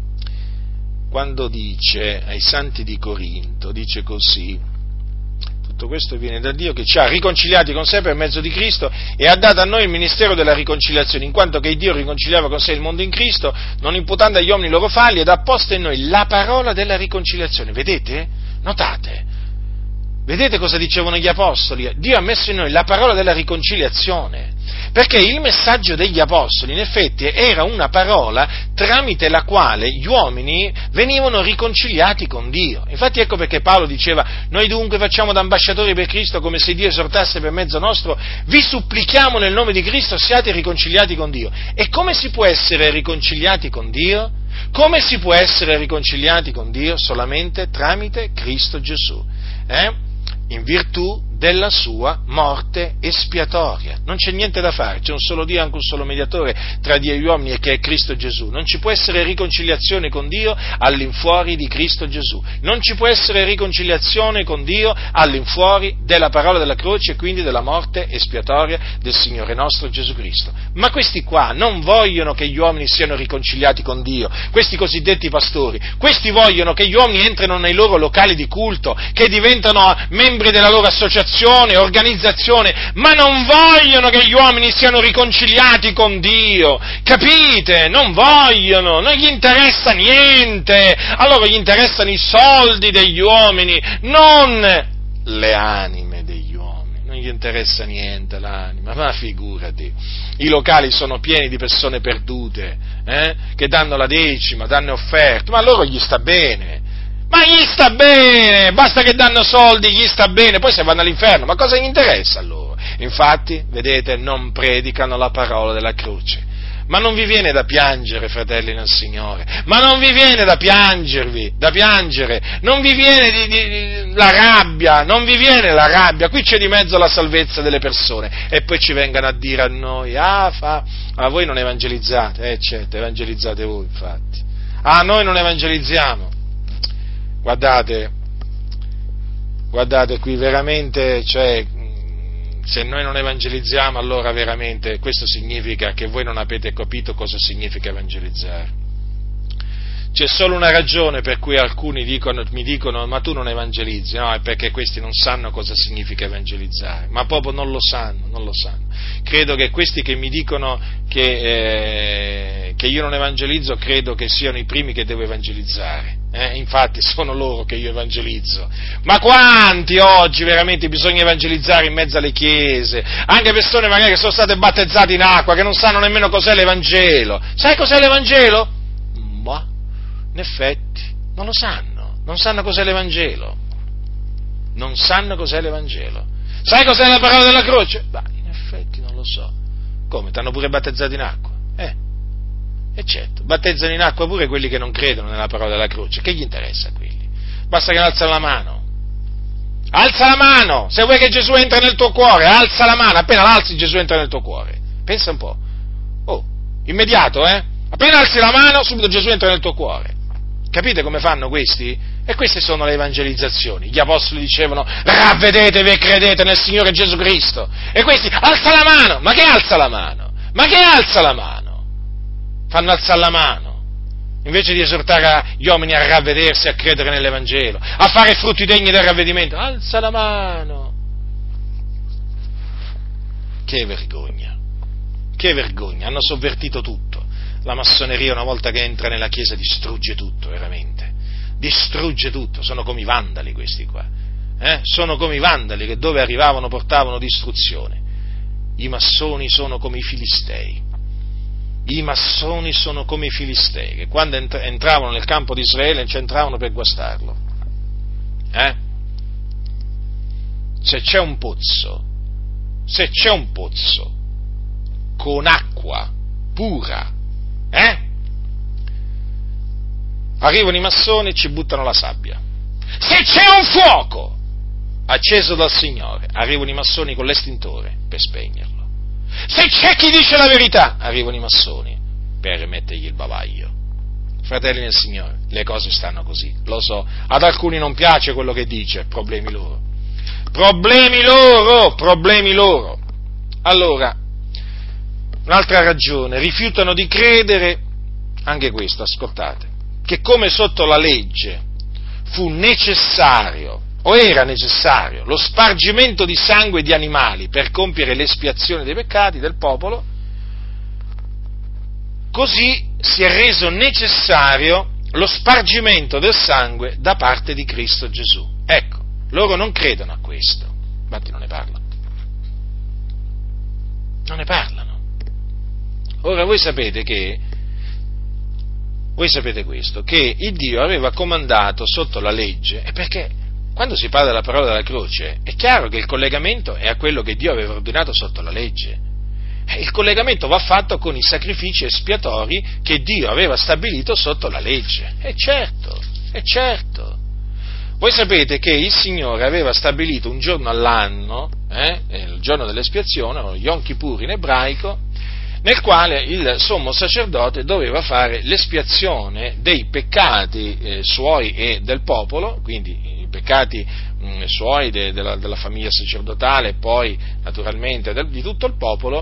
quando dice ai santi di Corinto, dice così: tutto questo viene da Dio che ci ha riconciliati con sé per mezzo di Cristo e ha dato a noi il ministero della riconciliazione, in quanto che Dio riconciliava con sé il mondo in Cristo, non imputando agli uomini i loro falli, ed ha posto in noi la parola della riconciliazione. Vedete? Notate? Vedete cosa dicevano gli apostoli? Dio ha messo in noi la parola della riconciliazione, perché il messaggio degli apostoli in effetti era una parola tramite la quale gli uomini venivano riconciliati con Dio. Infatti ecco perché Paolo diceva: noi dunque facciamo da ambasciatori per Cristo, come se Dio esortasse per mezzo nostro, vi supplichiamo nel nome di Cristo, siate riconciliati con Dio. E come si può essere riconciliati con Dio? Come si può essere riconciliati con Dio? Solamente tramite Cristo Gesù. Eh? In virtù della sua morte espiatoria. Non c'è niente da fare, c'è un solo Dio, anche un solo mediatore tra Dio e gli uomini, e che è Cristo Gesù. Non ci può essere riconciliazione con Dio all'infuori di Cristo Gesù. Non ci può essere riconciliazione con Dio all'infuori della parola della croce e quindi della morte espiatoria del Signore nostro Gesù Cristo. Ma questi qua non vogliono che gli uomini siano riconciliati con Dio, questi cosiddetti pastori. Questi vogliono che gli uomini entrino nei loro locali di culto, che diventano membri della loro associazione, organizzazione, ma non vogliono che gli uomini siano riconciliati con Dio, capite? Non vogliono, non gli interessa niente, a loro gli interessano i soldi degli uomini, non le anime degli uomini, non gli interessa niente l'anima, ma figurati, i locali sono pieni di persone perdute, eh, che danno la decima, danno offerte, ma a loro gli sta bene. Ma gli sta bene, basta che danno soldi, gli sta bene, poi se vanno all'inferno, ma cosa gli interessa a loro? Infatti, vedete, non predicano la parola della croce. Ma non vi viene da piangere, fratelli nel Signore, ma non vi viene da piangervi, da piangere, non vi viene di, di, di, la rabbia, non vi viene la rabbia, qui c'è di mezzo la salvezza delle persone, e poi ci vengano a dire a noi, ah, fa, ma voi non evangelizzate, eh certo, evangelizzate voi infatti, ah, noi non evangelizziamo. Guardate, guardate qui veramente, cioè, se noi non evangelizziamo, allora veramente questo significa che voi non avete capito cosa significa evangelizzare. C'è solo una ragione per cui alcuni dicono, mi dicono, ma tu non evangelizzi, no, è perché questi non sanno cosa significa evangelizzare, ma proprio non lo sanno, non lo sanno. Credo che questi che mi dicono che, eh, che io non evangelizzo, credo che siano i primi che devo evangelizzare. Eh, infatti sono loro che io evangelizzo, ma quanti oggi veramente bisogna evangelizzare in mezzo alle chiese, anche persone magari che sono state battezzate in acqua, che non sanno nemmeno cos'è l'Evangelo. Sai cos'è l'Evangelo? Ma, in effetti, non lo sanno, non sanno cos'è l'Evangelo, non sanno cos'è l'Evangelo. Sai cos'è la parola della croce? Beh, in effetti non lo so. Come, t'hanno pure battezzato in acqua? Eh? E certo, battezzano in acqua pure quelli che non credono nella parola della croce, che gli interessa a quelli? Basta che alzano la mano, alza la mano, se vuoi che Gesù entra nel tuo cuore, alza la mano, appena l'alzi Gesù entra nel tuo cuore, pensa un po', oh, immediato, eh, appena alzi la mano, subito Gesù entra nel tuo cuore, capite come fanno questi? E queste sono le evangelizzazioni, gli apostoli dicevano, ravvedetevi e credete nel Signore Gesù Cristo, e questi, alza la mano, ma che alza la mano? Ma che alza la mano? Fanno alzare la mano, invece di esortare gli uomini a ravvedersi, a credere nell'Evangelo, a fare frutti degni del ravvedimento. Alza la mano! Che vergogna, che vergogna, hanno sovvertito tutto. La massoneria una volta che entra nella Chiesa distrugge tutto, veramente, distrugge tutto, sono come i vandali questi qua, eh? Sono come i vandali che dove arrivavano portavano distruzione. I massoni sono come i filistei. I massoni sono come i filistei, che quando entravano nel campo di Israele ci entravano per guastarlo. Eh? Se c'è un pozzo se c'è un pozzo con acqua pura, eh? Arrivano i massoni e ci buttano la sabbia. Se c'è un fuoco acceso dal Signore, arrivano i massoni con l'estintore per spegnerlo. Se c'è chi dice la verità, arrivano i massoni per mettergli il bavaglio. Fratelli nel Signore, le cose stanno così, lo so, ad alcuni non piace quello che dice, problemi loro. Problemi loro, problemi loro. Allora, un'altra ragione, rifiutano di credere, anche questo, ascoltate, che come sotto la legge fu necessario, o era necessario, lo spargimento di sangue di animali per compiere l'espiazione dei peccati del popolo, così si è reso necessario lo spargimento del sangue da parte di Cristo Gesù. Ecco, loro non credono a questo, infatti non ne parlano. Non ne parlano. Ora voi sapete che, voi sapete questo, che il Dio aveva comandato sotto la legge, e perché quando si parla della parola della croce è chiaro che il collegamento è a quello che Dio aveva ordinato sotto la legge. Il collegamento va fatto con i sacrifici espiatori che Dio aveva stabilito sotto la legge. E certo, è certo. Voi sapete che il Signore aveva stabilito un giorno all'anno, eh, il giorno dell'espiazione, lo Yom Kippur in ebraico, nel quale il sommo sacerdote doveva fare l'espiazione dei peccati eh, suoi e del popolo, quindi i peccati mh, suoi de, della, della famiglia sacerdotale e poi naturalmente del, di tutto il popolo,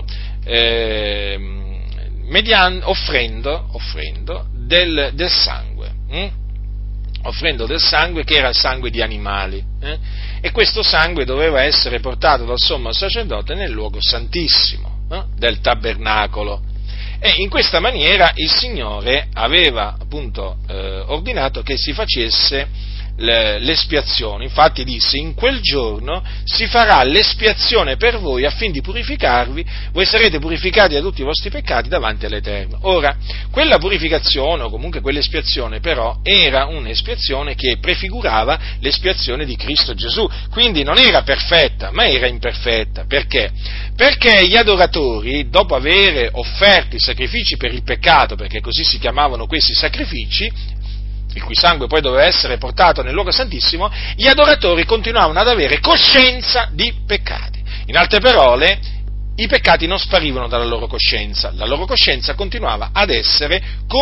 eh, median, offrendo, offrendo del, del sangue. Hm? offrendo del sangue che era il sangue di animali, eh? e questo sangue doveva essere portato dal sommo sacerdote nel luogo santissimo eh? del tabernacolo, e in questa maniera il Signore aveva appunto eh, ordinato che si facesse l'espiazione. Infatti disse: in quel giorno si farà l'espiazione per voi affin di purificarvi, voi sarete purificati da tutti i vostri peccati davanti all'Eterno. Ora, quella purificazione o comunque quell'espiazione però era un'espiazione che prefigurava l'espiazione di Cristo Gesù, quindi non era perfetta ma era imperfetta. Perché? Perché gli adoratori, dopo aver offerto i sacrifici per il peccato, perché così si chiamavano questi sacrifici, il cui sangue poi doveva essere portato nel luogo santissimo, gli adoratori continuavano ad avere coscienza di peccati. In altre parole, i peccati non sparivano dalla loro coscienza, la loro coscienza continuava ad essere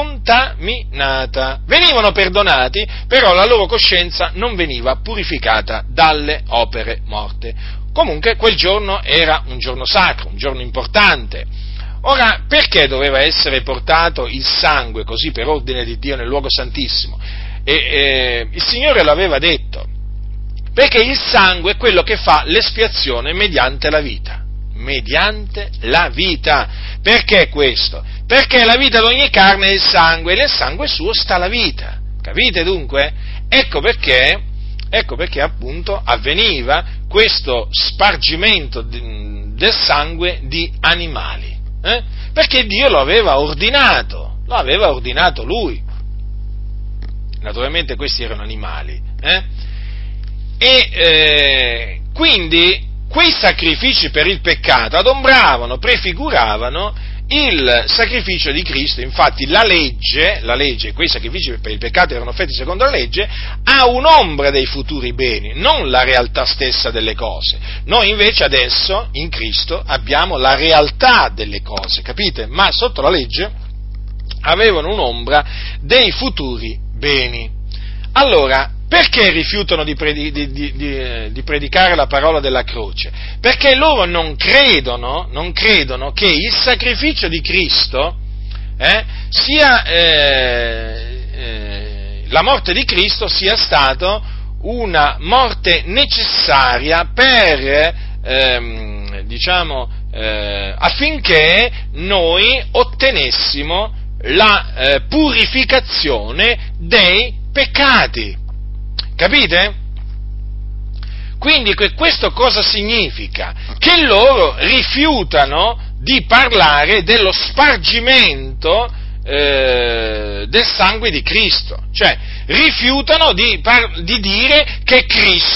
contaminata. Venivano perdonati, però la loro coscienza non veniva purificata dalle opere morte. Comunque quel giorno era un giorno sacro, un giorno importante. Ora, perché doveva essere portato il sangue così per ordine di Dio nel luogo santissimo? E, e, il Signore l'aveva detto, perché il sangue è quello che fa l'espiazione mediante la vita, mediante la vita. Perché questo? Perché la vita di ogni carne è il sangue, e nel sangue suo sta la vita, capite dunque? Ecco perché, ecco perché appunto avveniva questo spargimento del sangue di animali. Eh? Perché Dio lo aveva ordinato, lo aveva ordinato Lui. Naturalmente questi erano animali. Eh? E eh, quindi quei sacrifici per il peccato adombravano, prefiguravano il sacrificio di Cristo. Infatti la legge, la legge, quei sacrifici per il peccato erano fatti secondo la legge, ha un'ombra dei futuri beni, non la realtà stessa delle cose. Noi invece adesso in Cristo abbiamo la realtà delle cose, capite? Ma sotto la legge avevano un'ombra dei futuri beni. Allora, perché rifiutano di, predi- di, di, di, di predicare la parola della croce? Perché loro non credono, non credono che il sacrificio di Cristo eh, sia eh, eh, la morte di Cristo sia stato una morte necessaria per ehm, diciamo eh, affinché noi ottenessimo la eh, purificazione dei peccati. Capite? Quindi questo cosa significa? Che loro rifiutano di parlare dello spargimento eh, del sangue di Cristo, cioè rifiutano di, par- di dire che Cristo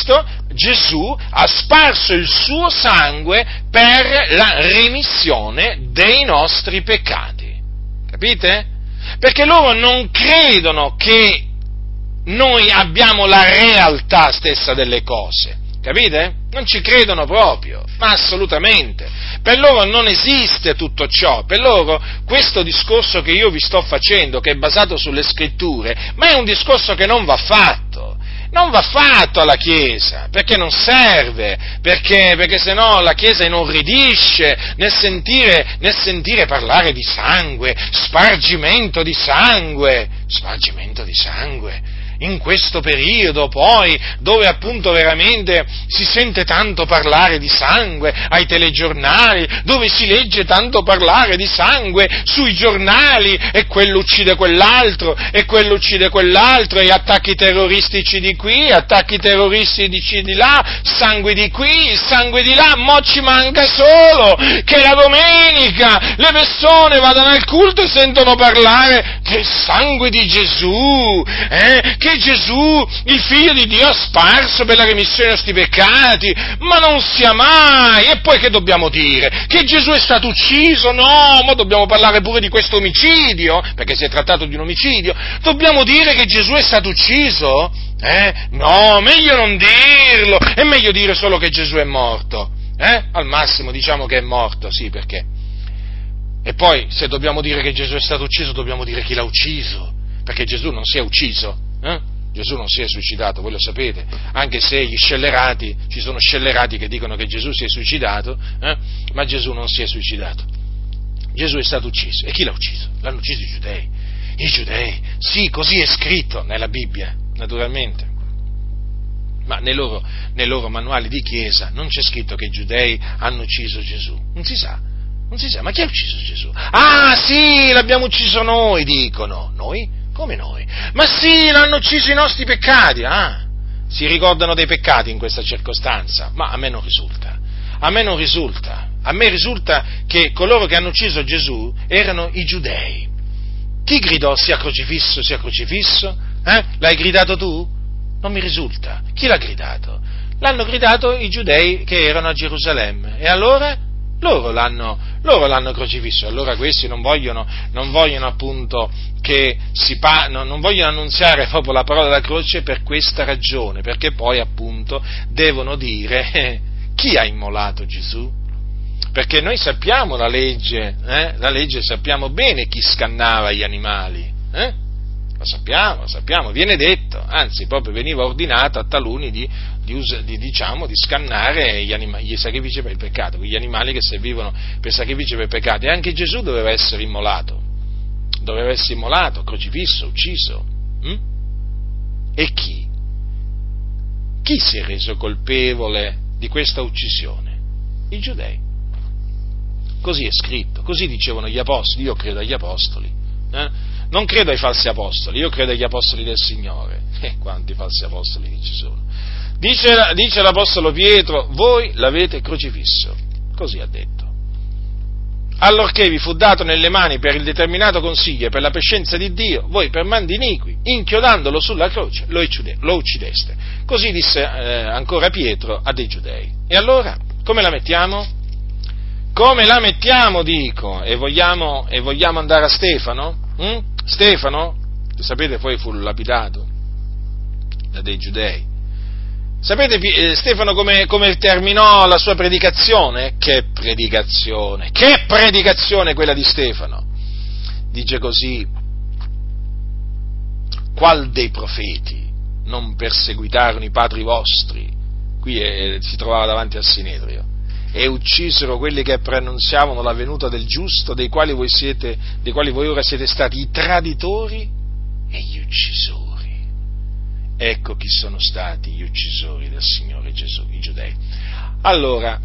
Gesù ha sparso il suo sangue per la remissione dei nostri peccati. Capite? Perché loro non credono che noi abbiamo la realtà stessa delle cose. Capite? Non ci credono proprio, ma assolutamente. Per loro non esiste tutto ciò, per loro questo discorso che io vi sto facendo, che è basato sulle scritture, ma è un discorso che non va fatto. Non va fatto alla Chiesa, perché non serve, perché, perché sennò la Chiesa inorridisce nel sentire, nel sentire parlare di sangue, spargimento di sangue, spargimento di sangue. In questo periodo poi, dove appunto veramente si sente tanto parlare di sangue ai telegiornali, dove si legge tanto parlare di sangue sui giornali, e quello uccide quell'altro, e quello uccide quell'altro, e attacchi terroristici di qui, attacchi terroristici di là, sangue di qui, sangue di là, mo ci manca solo che la domenica le persone vadano al culto e sentono parlare del sangue di Gesù, eh, che Gesù, il Figlio di Dio, ha sparso per la remissione dei nostri peccati, ma non sia mai. E poi che dobbiamo dire? Che Gesù è stato ucciso? No, ma dobbiamo parlare pure di questo omicidio, perché si è trattato di un omicidio. Dobbiamo dire che Gesù è stato ucciso? Eh? No, meglio non dirlo, è meglio dire solo che Gesù è morto. Eh? Al massimo diciamo che è morto, sì, perché? E poi, se dobbiamo dire che Gesù è stato ucciso, dobbiamo dire chi l'ha ucciso, perché Gesù non si è ucciso. Eh? Gesù non si è suicidato, voi lo sapete, anche se gli scellerati, ci sono scellerati che dicono che Gesù si è suicidato, eh? ma Gesù non si è suicidato. Gesù è stato ucciso. E chi l'ha ucciso? L'hanno ucciso i giudei. I giudei, sì, così è scritto nella Bibbia, naturalmente. Ma nei loro, nei loro manuali di chiesa non c'è scritto che i giudei hanno ucciso Gesù. Non si sa, non si sa. Ma chi ha ucciso Gesù? Ah, sì, l'abbiamo ucciso noi, dicono. Noi? Come noi? Ma sì, l'hanno ucciso i nostri peccati. Ah, si ricordano dei peccati in questa circostanza? Ma a me non risulta. A me non risulta. A me risulta che coloro che hanno ucciso Gesù erano i giudei. Chi gridò sia crocifisso, sia crocifisso? Eh? L'hai gridato tu? Non mi risulta. Chi l'ha gridato? L'hanno gridato i giudei che erano a Gerusalemme. E allora? Loro l'hanno, loro l'hanno crocifisso. Allora questi non vogliono, non vogliono appunto che si pa- no, non vogliono annunziare proprio la parola della croce per questa ragione, perché poi appunto devono dire eh, chi ha immolato Gesù? Perché noi sappiamo la legge, eh? la legge sappiamo bene chi scannava gli animali, eh? Lo sappiamo, lo sappiamo, viene detto, anzi proprio veniva ordinato a taluni di, di, us- di, diciamo, di scannare gli, anima- gli sacrifici per il peccato, quegli animali che servivano per sacrifici per il peccato, e anche Gesù doveva essere immolato, doveva essere immolato, crocifisso, ucciso. Hm? E chi? Chi si è reso colpevole di questa uccisione? I giudei. Così è scritto, così dicevano gli apostoli. Io credo agli apostoli, eh? Non credo ai falsi apostoli, io credo agli apostoli del Signore. E quanti falsi apostoli che ci sono. Dice, dice l'apostolo Pietro, voi l'avete crocifisso, così ha detto. Allorché vi fu dato nelle mani per il determinato consiglio e per la prescenza di Dio, voi per mandi iniqui, inchiodandolo sulla croce, lo, uccide, lo uccideste. Così disse eh, ancora Pietro a dei giudei. E allora, come la mettiamo? Come la mettiamo, dico, e vogliamo, e vogliamo andare a Stefano? Hm? Stefano, che sapete poi fu lapidato da dei giudei. Sapete eh, Stefano come, come terminò la sua predicazione? Che predicazione, che predicazione quella di Stefano! Dice così: qual dei profeti non perseguitarono i padri vostri? Qui eh, si trovava davanti al Sinedrio. E uccisero quelli che preannunziavano la venuta del giusto, dei quali voi siete, dei quali voi ora siete stati i traditori e gli uccisori. Ecco chi sono stati gli uccisori del Signore Gesù, i giudei. Allora,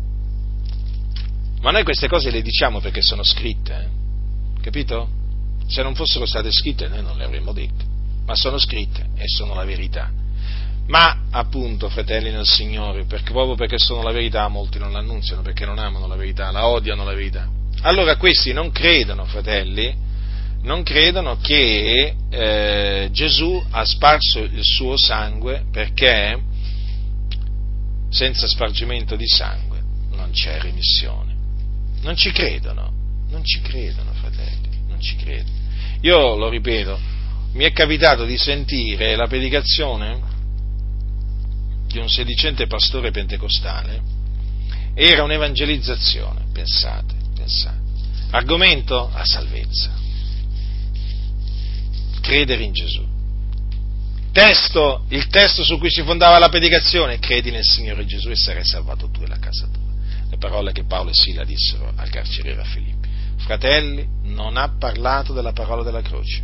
ma noi queste cose le diciamo perché sono scritte, eh? Capito? Se non fossero state scritte noi non le avremmo dette, ma sono scritte e sono la verità. Ma appunto, fratelli nel Signore, perché, proprio perché sono la verità, molti non l'annunziano perché non amano la verità, la odiano la verità. Allora questi non credono, fratelli, non credono che eh, Gesù ha sparso il suo sangue perché senza spargimento di sangue non c'è remissione. Non ci credono, non ci credono, fratelli, non ci credono. Io lo ripeto, mi è capitato di sentire la predicazione di un sedicente pastore pentecostale, era un'evangelizzazione, pensate, pensate. Argomento? La salvezza. Credere in Gesù. Testo, il testo su cui si fondava la predicazione: credi nel Signore Gesù e sarai salvato tu e la casa tua. Le parole che Paolo e Sila dissero al carceriere a Filippi. Fratelli, non ha parlato della parola della croce.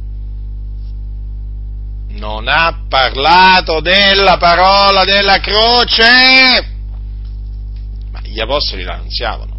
Non ha parlato della parola della croce! Ma gli apostoli la annunziavano.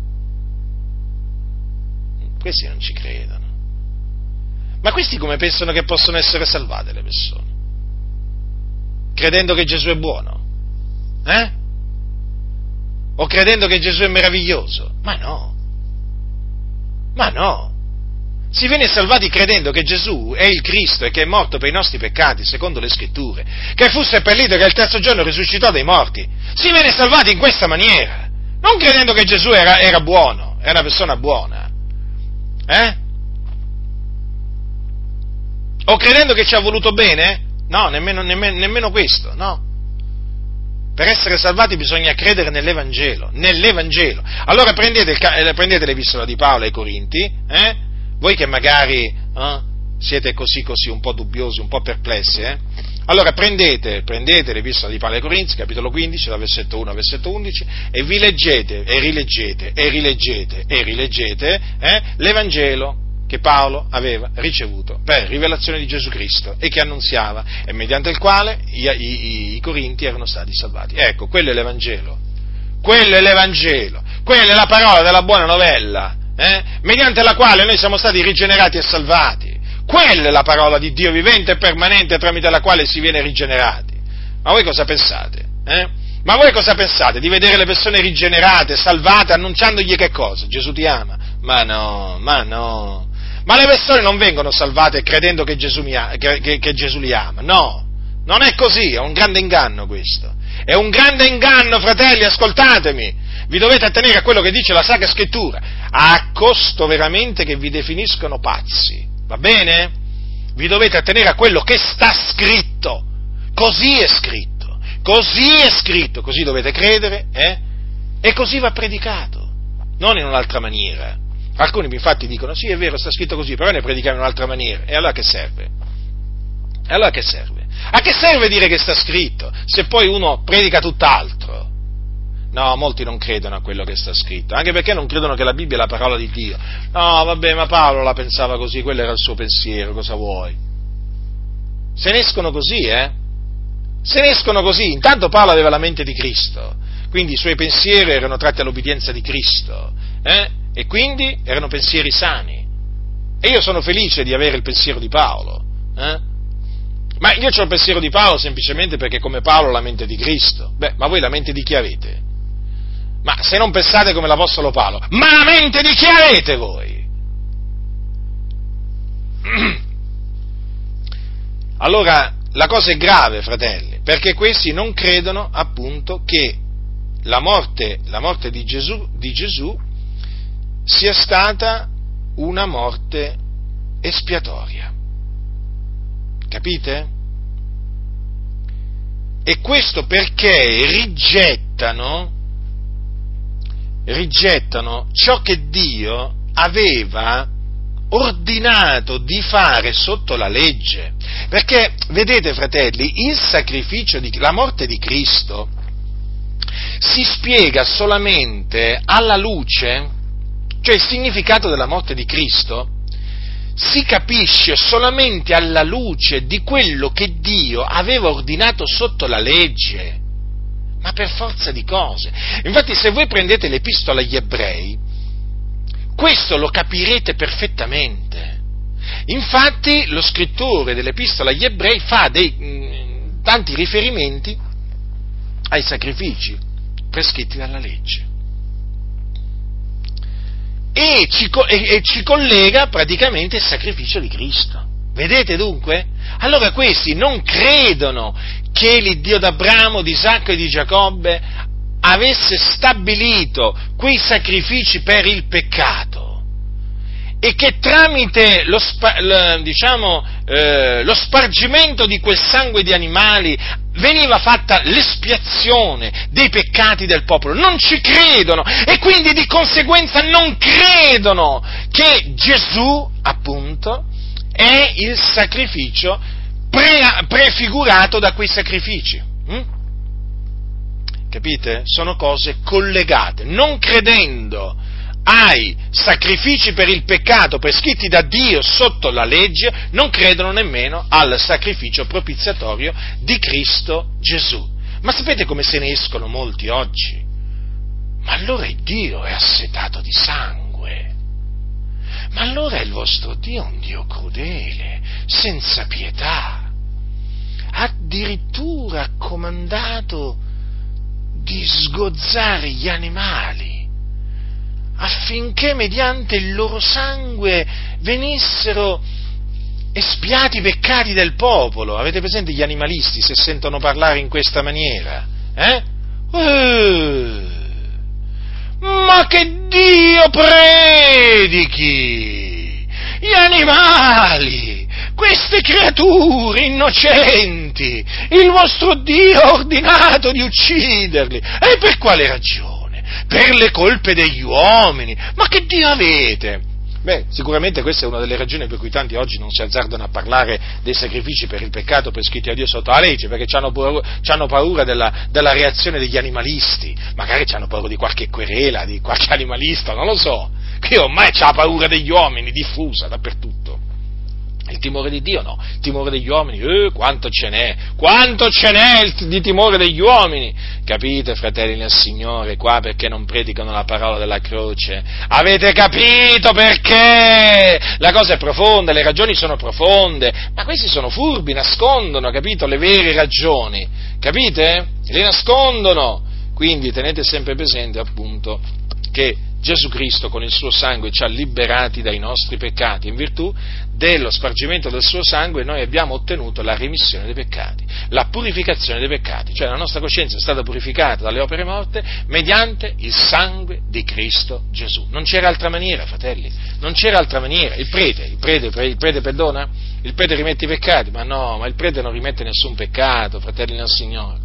Questi non ci credono. Ma questi come pensano che possono essere salvate le persone? Credendo che Gesù è buono? Eh? O credendo che Gesù è meraviglioso? Ma no. Ma no. Si viene salvati credendo che Gesù è il Cristo e che è morto per i nostri peccati, secondo le Scritture, che fu seppellito e che il terzo giorno risuscitò dai morti. Si viene salvati in questa maniera, non credendo che Gesù era, era buono, era una persona buona. Eh? O credendo che ci ha voluto bene? No, nemmeno, nemmeno, nemmeno questo, no. Per essere salvati bisogna credere nell'Evangelo, nell'Evangelo. Allora prendete, il, prendete l'epistola di Paolo ai Corinti, eh? Voi che magari eh, siete così così, un po' dubbiosi, un po' perplessi, eh? Allora prendete, prendete l'epistola di Paolo ai Corinzi, capitolo quindici, dal versetto uno al versetto undici, e vi leggete, e rileggete, e rileggete, e rileggete eh, l'Evangelo che Paolo aveva ricevuto per rivelazione di Gesù Cristo e che annunziava, e mediante il quale i, i, i Corinti erano stati salvati. Ecco, quello è l'Evangelo, quello è l'Evangelo, quella è la parola della buona novella, eh, mediante la quale noi siamo stati rigenerati e salvati. Quella è la parola di Dio vivente e permanente tramite la quale si viene rigenerati. Ma voi cosa pensate? Eh? Ma voi cosa pensate? Di vedere le persone rigenerate, salvate, annunciandogli che cosa? Gesù ti ama? Ma no, ma no. Ma le persone non vengono salvate credendo che Gesù, mi ha, che, che, che Gesù li ama. No, non è così, è un grande inganno questo. È un grande inganno, fratelli, ascoltatemi. Vi dovete attenere a quello che dice la Sacra Scrittura, a costo veramente che vi definiscono pazzi. Va bene? Vi dovete attenere a quello che sta scritto. Così è scritto. Così è scritto. Così dovete credere, eh? E così va predicato. Non in un'altra maniera. Alcuni infatti dicono, sì è vero, sta scritto così, però ne predichiamo in un'altra maniera. E allora che serve? E allora che serve? A che serve dire che sta scritto, se poi uno predica tutt'altro? No, molti non credono a quello che sta scritto, anche perché non credono che la Bibbia è la parola di Dio. No, vabbè, ma Paolo la pensava così, quello era il suo pensiero, cosa vuoi? Se ne escono così, eh? Se ne escono così. Intanto Paolo aveva la mente di Cristo, quindi i suoi pensieri erano tratti all'obbedienza di Cristo, eh? E quindi erano pensieri sani. E io sono felice di avere il pensiero di Paolo, eh? Ma io ho il pensiero di Paolo semplicemente perché come Paolo ho la mente di Cristo. Beh, ma voi la mente di chi avete? Ma se non pensate come l'Apostolo Paolo, ma la mente di chi avete voi? Allora, la cosa è grave, fratelli, perché questi non credono appunto che la morte, la morte di Gesù, di Gesù sia stata una morte espiatoria. Capite? E questo perché rigettano rigettano ciò che Dio aveva ordinato di fare sotto la legge. Perché, vedete fratelli, il sacrificio di la morte di Cristo si spiega solamente alla luce, cioè il significato della morte di Cristo si capisce solamente alla luce di quello che Dio aveva ordinato sotto la legge. Ma per forza di cose. Infatti se voi prendete l'Epistola agli Ebrei, questo lo capirete perfettamente. Infatti lo scrittore dell'Epistola agli Ebrei fa dei mh, tanti riferimenti ai sacrifici prescritti dalla legge. E ci, e, e ci collega praticamente il sacrificio di Cristo. Vedete dunque? Allora questi non credono che l'Iddio d'Abramo, di Isacco e di Giacobbe avesse stabilito quei sacrifici per il peccato e che tramite lo, spa, diciamo, eh, lo spargimento di quel sangue di animali veniva fatta l'espiazione dei peccati del popolo. Non ci credono e quindi di conseguenza non credono che Gesù, appunto, è il sacrificio pre, prefigurato da quei sacrifici. Hm? Capite? Sono cose collegate. Non credendo ai sacrifici per il peccato prescritti da Dio sotto la legge, non credono nemmeno al sacrificio propiziatorio di Cristo Gesù. Ma sapete come se ne escono molti oggi? Ma allora il Dio è assetato di sangue. Ma allora il vostro Dio è un Dio crudele, senza pietà. Addirittura ha comandato di sgozzare gli animali affinché mediante il loro sangue venissero espiati i peccati del popolo. Avete presente gli animalisti se sentono parlare in questa maniera? Eh? Eh, ma che Dio predichi! Gli animali, queste creature innocenti, il vostro Dio ha ordinato di ucciderli. E per quale ragione? Per le colpe degli uomini. Ma che Dio avete? Beh, sicuramente questa è una delle ragioni per cui tanti oggi non si azzardano a parlare dei sacrifici per il peccato prescritti a Dio sotto la legge, perché hanno paura, c'hanno paura della, della reazione degli animalisti, magari hanno paura di qualche querela, di qualche animalista, non lo so, che ormai c'ha paura degli uomini diffusa dappertutto. Il timore di Dio no, il timore degli uomini, eh, quanto ce n'è, quanto ce n'è di timore degli uomini, capite fratelli nel Signore, qua perché non predicano la parola della croce, avete capito perché? La cosa è profonda, le ragioni sono profonde, ma questi sono furbi, nascondono, capito, le vere ragioni, capite? Le nascondono, quindi tenete sempre presente appunto che Gesù Cristo con il suo sangue ci ha liberati dai nostri peccati, in virtù dello spargimento del suo sangue noi abbiamo ottenuto la remissione dei peccati, la purificazione dei peccati, cioè la nostra coscienza è stata purificata dalle opere morte mediante il sangue di Cristo Gesù. Non c'era altra maniera, fratelli, non c'era altra maniera. Il prete, il prete, il prete perdona? Il prete rimette i peccati? Ma no, ma il prete non rimette nessun peccato, fratelli nel Signore.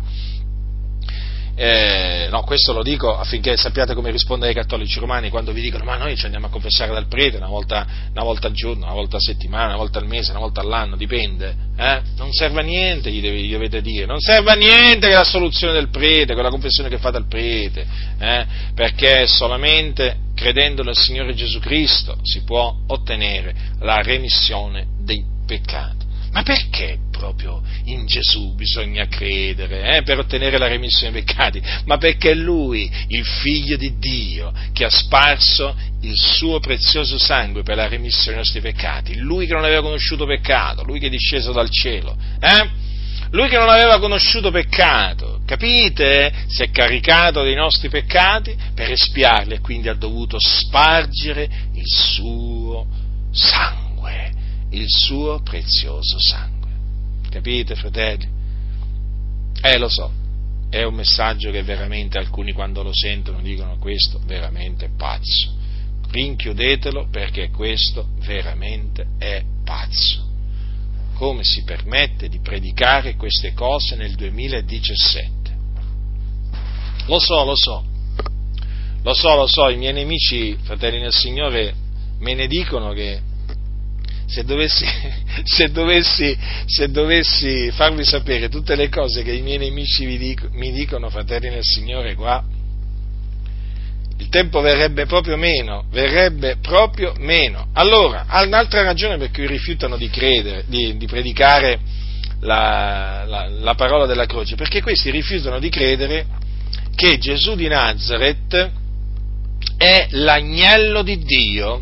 Eh, no, questo lo dico affinché sappiate come rispondere ai cattolici romani quando vi dicono ma noi ci andiamo a confessare dal prete una volta, una volta al giorno, una volta a settimana, una volta al mese, una volta all'anno, dipende, eh? Non serve a niente, gli, deve, gli dovete dire, non serve a niente che la soluzione del prete, quella confessione che fate al prete, eh? Perché solamente credendo nel Signore Gesù Cristo si può ottenere la remissione dei peccati. Ma perché proprio in Gesù bisogna credere eh, per ottenere la remissione dei peccati? Ma perché è Lui, il Figlio di Dio, che ha sparso il suo prezioso sangue per la remissione dei nostri peccati, Lui che non aveva conosciuto peccato, Lui che è disceso dal cielo, eh? Lui che non aveva conosciuto peccato, capite? Si è caricato dei nostri peccati per espiarli e quindi ha dovuto spargere il suo sangue. Il suo prezioso sangue. Capite, fratelli? Eh, lo so, è un messaggio che veramente alcuni quando lo sentono dicono questo veramente è pazzo. Rinchiudetelo perché questo veramente è pazzo. Come si permette di predicare queste cose nel duemiladiciassette? Lo so, lo so, lo so, lo so, i miei nemici, fratelli nel Signore, me ne dicono che Se dovessi, se, dovessi, se dovessi farvi sapere tutte le cose che i miei nemici vi dico, mi dicono, fratelli nel Signore, qua, il tempo verrebbe proprio meno, verrebbe proprio meno. Allora, un'altra ragione per cui rifiutano di credere, di, di predicare la, la, la parola della croce, perché questi rifiutano di credere che Gesù di Nazaret è l'agnello di Dio,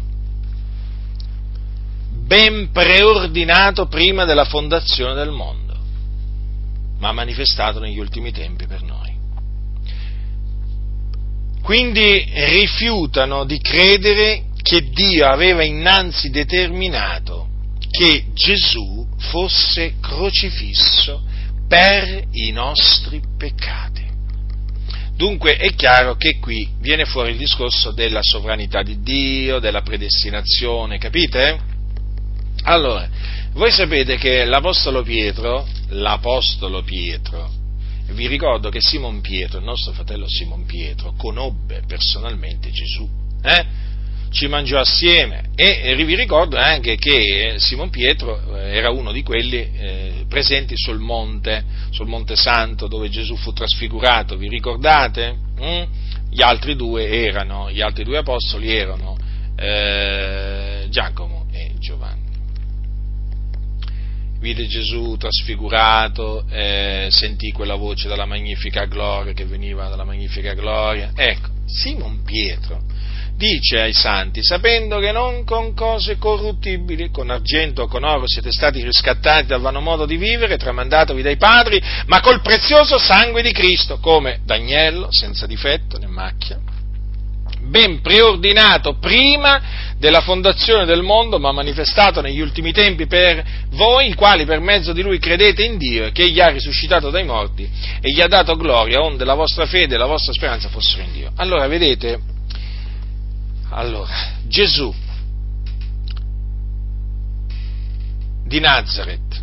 ben preordinato prima della fondazione del mondo, ma manifestato negli ultimi tempi per noi. Quindi rifiutano di credere che Dio aveva innanzi determinato che Gesù fosse crocifisso per i nostri peccati. Dunque è chiaro che qui viene fuori il discorso della sovranità di Dio, della predestinazione, capite? Allora, voi sapete che l'Apostolo Pietro, l'Apostolo Pietro, vi ricordo che Simon Pietro, il nostro fratello Simon Pietro, conobbe personalmente Gesù, eh? Ci mangiò assieme e vi ricordo anche che Simon Pietro era uno di quelli eh, presenti sul monte, sul Monte Santo dove Gesù fu trasfigurato, vi ricordate? Mm? Gli altri due erano, gli altri due apostoli erano eh, Giacomo e Giovanni. Vide Gesù trasfigurato, eh, sentì quella voce dalla magnifica gloria che veniva dalla magnifica gloria. Ecco, Simon Pietro dice ai santi: sapendo che non con cose corruttibili, con argento o con oro siete stati riscattati dal vano modo di vivere, tramandatovi dai padri, ma col prezioso sangue di Cristo, come d'agnello, senza difetto né macchia, ben preordinato prima della fondazione del mondo, ma manifestato negli ultimi tempi per voi, i quali per mezzo di Lui credete in Dio, che Egli ha risuscitato dai morti e gli ha dato gloria, onde la vostra fede e la vostra speranza fossero in Dio. Allora, vedete, allora, Gesù di Nazaret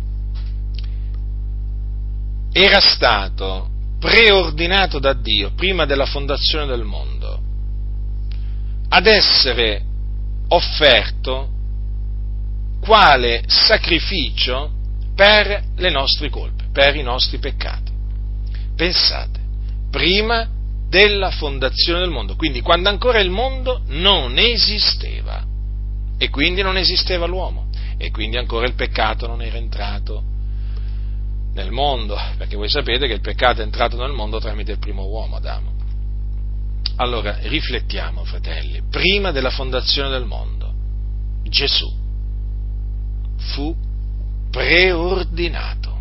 era stato preordinato da Dio prima della fondazione del mondo ad essere offerto quale sacrificio per le nostre colpe, per i nostri peccati. Pensate, prima della fondazione del mondo, quindi quando ancora il mondo non esisteva e quindi non esisteva l'uomo e quindi ancora il peccato non era entrato nel mondo, perché voi sapete che il peccato è entrato nel mondo tramite il primo uomo, Adamo. Allora, riflettiamo, fratelli, prima della fondazione del mondo, Gesù fu preordinato.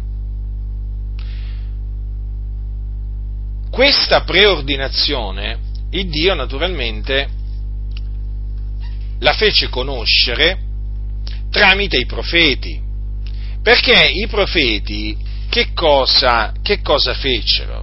Questa preordinazione, il Dio naturalmente la fece conoscere tramite i profeti, perché i profeti che cosa, che cosa fecero?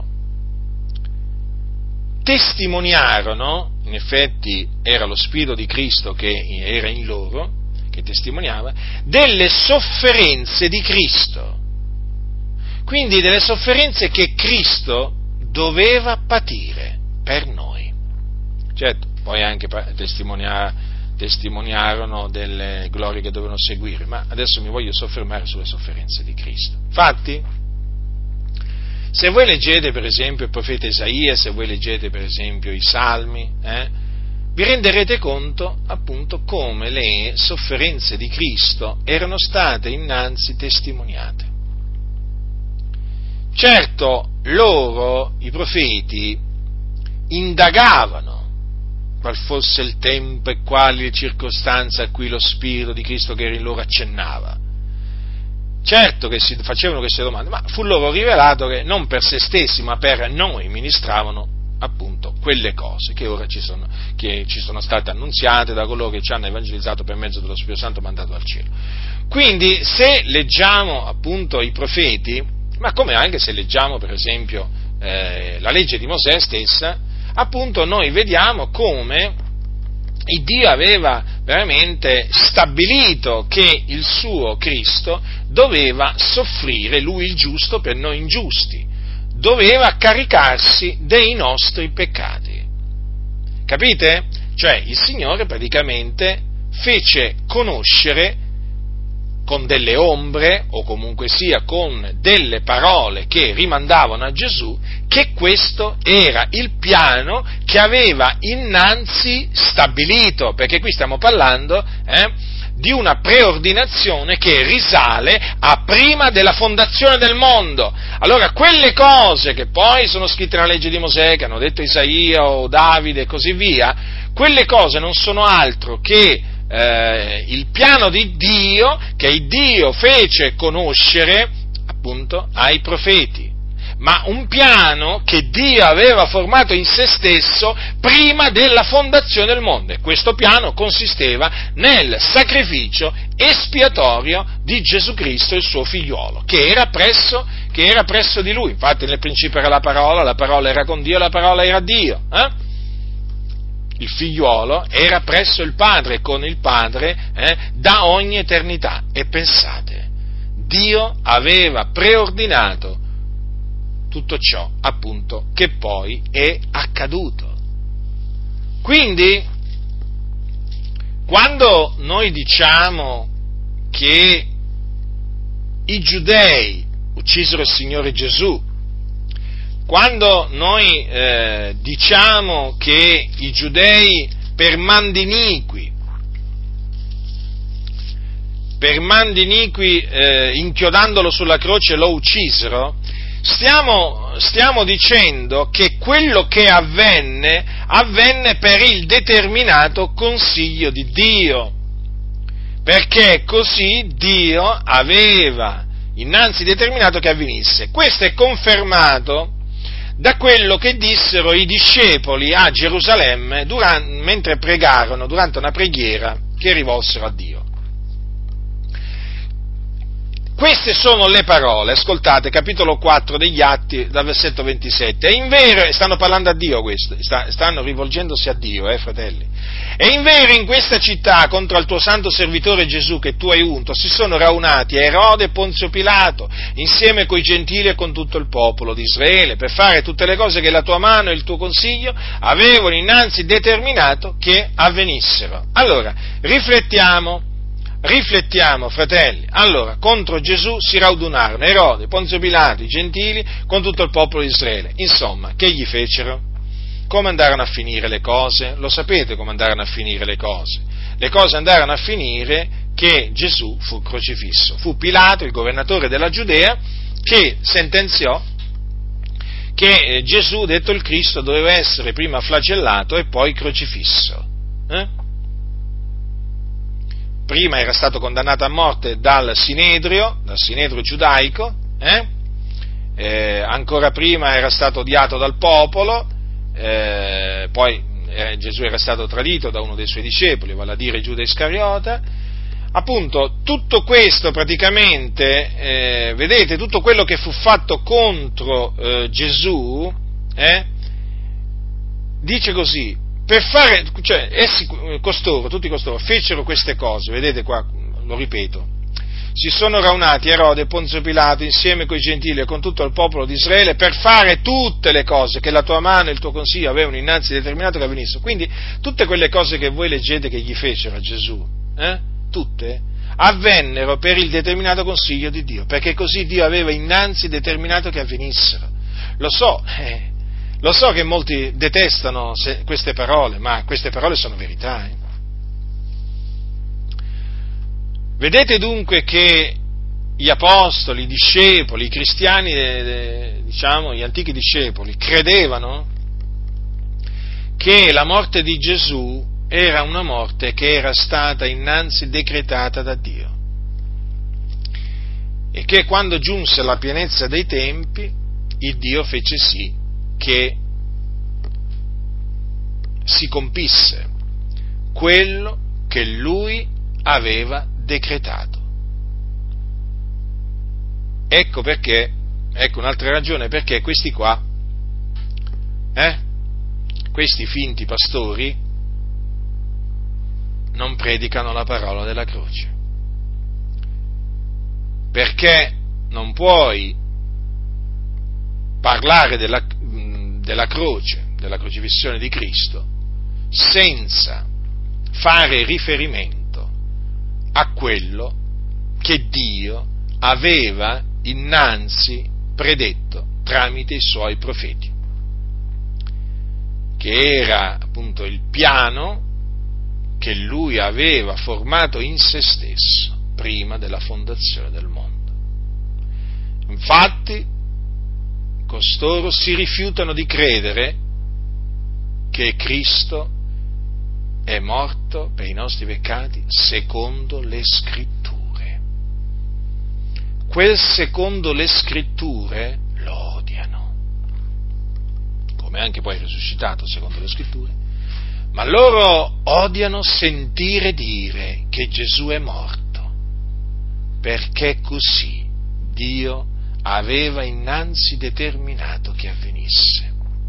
Testimoniarono, in effetti era lo Spirito di Cristo che era in loro, che testimoniava, delle sofferenze di Cristo, quindi delle sofferenze che Cristo doveva patire per noi. Certo, poi anche testimonia, testimoniarono delle glorie che dovevano seguire, ma adesso mi voglio soffermare sulle sofferenze di Cristo. Infatti, se voi leggete per esempio il profeta Isaia, se voi leggete per esempio i Salmi, eh, vi renderete conto appunto come le sofferenze di Cristo erano state innanzi testimoniate. Certo, loro, i profeti, indagavano qual fosse il tempo e quali le circostanze a cui lo Spirito di Cristo che era in loro accennava. Certo che si facevano queste domande, ma fu loro rivelato che non per se stessi, ma per noi ministravano appunto quelle cose che ora ci sono, che ci sono state annunziate da coloro che ci hanno evangelizzato per mezzo dello Spirito Santo mandato dal cielo. Quindi, se leggiamo appunto i profeti, ma come anche se leggiamo per esempio eh, la legge di Mosè stessa, appunto noi vediamo come il Dio aveva veramente stabilito che il suo Cristo doveva soffrire, lui il giusto, per noi ingiusti, doveva caricarsi dei nostri peccati. Capite? Cioè il Signore praticamente fece conoscere con delle ombre, o comunque sia con delle parole che rimandavano a Gesù, che questo era il piano che aveva innanzi stabilito, perché qui stiamo parlando eh, di una preordinazione che risale a prima della fondazione del mondo. Allora, quelle cose che poi sono scritte nella legge di Mosè, che hanno detto Isaia o Davide e così via, quelle cose non sono altro che Eh, il piano di Dio, che il Dio fece conoscere appunto ai profeti, ma un piano che Dio aveva formato in se stesso prima della fondazione del mondo, e questo piano consisteva nel sacrificio espiatorio di Gesù Cristo, il suo figliuolo, che era presso, che era presso di lui. Infatti nel principio era la parola, la parola era con Dio, la parola era Dio. Eh? Il figliuolo era presso il Padre, con il Padre eh, da ogni eternità. E pensate, Dio aveva preordinato tutto ciò, appunto, che poi è accaduto. Quindi, quando noi diciamo che i giudei uccisero il Signore Gesù, quando noi eh, diciamo che i giudei per mandi iniqui, per mandi iniqui eh, inchiodandolo sulla croce lo uccisero, stiamo, stiamo dicendo che quello che avvenne, avvenne per il determinato consiglio di Dio, perché così Dio aveva innanzi determinato che avvenisse. Questo è confermato da quello che dissero i discepoli a Gerusalemme durante, mentre pregarono, durante una preghiera che rivolsero a Dio. Queste sono le parole, ascoltate, capitolo quattro degli Atti, dal versetto ventisette. E in vero, stanno parlando a Dio questo, stanno rivolgendosi a Dio, eh, fratelli. E in vero in questa città, contro il tuo santo servitore Gesù che tu hai unto, si sono raunati Erode e Ponzio Pilato, insieme coi gentili e con tutto il popolo di Israele, per fare tutte le cose che la tua mano e il tuo consiglio avevano innanzi determinato che avvenissero. Allora, riflettiamo. Riflettiamo, fratelli. Allora, contro Gesù si raudunarono Erode, Ponzio Pilato, i gentili, con tutto il popolo di Israele. Insomma, che gli fecero? Come andarono a finire le cose? Lo sapete come andarono a finire le cose? Le cose andarono a finire che Gesù fu crocifisso. Fu Pilato, il governatore della Giudea, che sentenziò che Gesù, detto il Cristo, doveva essere prima flagellato e poi crocifisso. Eh? Prima era stato condannato a morte dal Sinedrio, dal Sinedrio giudaico, eh? Eh, ancora prima era stato odiato dal popolo, eh, poi eh, Gesù era stato tradito da uno dei suoi discepoli, vale a dire Giuda Iscariota. Appunto, tutto questo praticamente, eh, vedete, tutto quello che fu fatto contro eh, Gesù, eh, dice così, per fare, cioè, essi, costoro, tutti costoro, fecero queste cose, vedete qua, lo ripeto, si sono raunati Erode e Ponzio Pilato insieme coi gentili e con tutto il popolo di Israele per fare tutte le cose che la tua mano e il tuo consiglio avevano innanzi determinato che avvenissero. Quindi, tutte quelle cose che voi leggete che gli fecero a Gesù, eh, tutte, avvennero per il determinato consiglio di Dio, perché così Dio aveva innanzi determinato che avvenissero. Lo so, eh, Lo so che molti detestano queste parole, ma queste parole sono verità. Eh? Vedete dunque che gli apostoli, i discepoli, i cristiani, diciamo, gli antichi discepoli, credevano che la morte di Gesù era una morte che era stata innanzi decretata da Dio e che quando giunse la pienezza dei tempi, il Dio fece sì che si compisse quello che lui aveva decretato. Ecco perché, ecco un'altra ragione perché questi qua, eh, questi finti pastori non predicano la parola della croce. Perché non puoi parlare della, della croce, della crocifissione di Cristo, senza fare riferimento a quello che Dio aveva innanzi predetto tramite i suoi profeti, che era appunto il piano che lui aveva formato in se stesso prima della fondazione del mondo. Infatti, costoro si rifiutano di credere che Cristo è morto per i nostri peccati secondo le Scritture. Quel secondo le Scritture lo odiano, come anche poi risuscitato secondo le Scritture, ma loro odiano sentire dire che Gesù è morto, perché così Dio aveva innanzi determinato che avvenisse.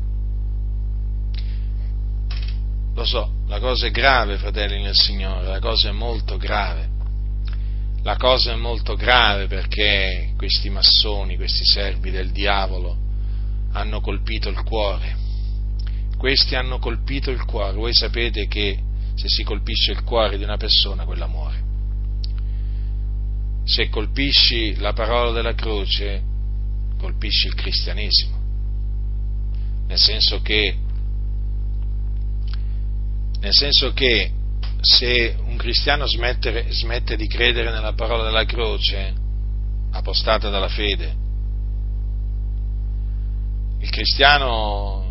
Lo so, la cosa è grave, fratelli nel Signore, la cosa è molto grave. La cosa è molto grave perché questi massoni, questi servi del diavolo, hanno colpito il cuore. Questi hanno colpito il cuore. Voi sapete che se si colpisce il cuore di una persona, quella muore. Se colpisci la parola della croce, colpisci il cristianesimo. Nel senso che, nel senso che se un cristiano smette, smette di credere nella parola della croce, apostata dalla fede, il cristiano,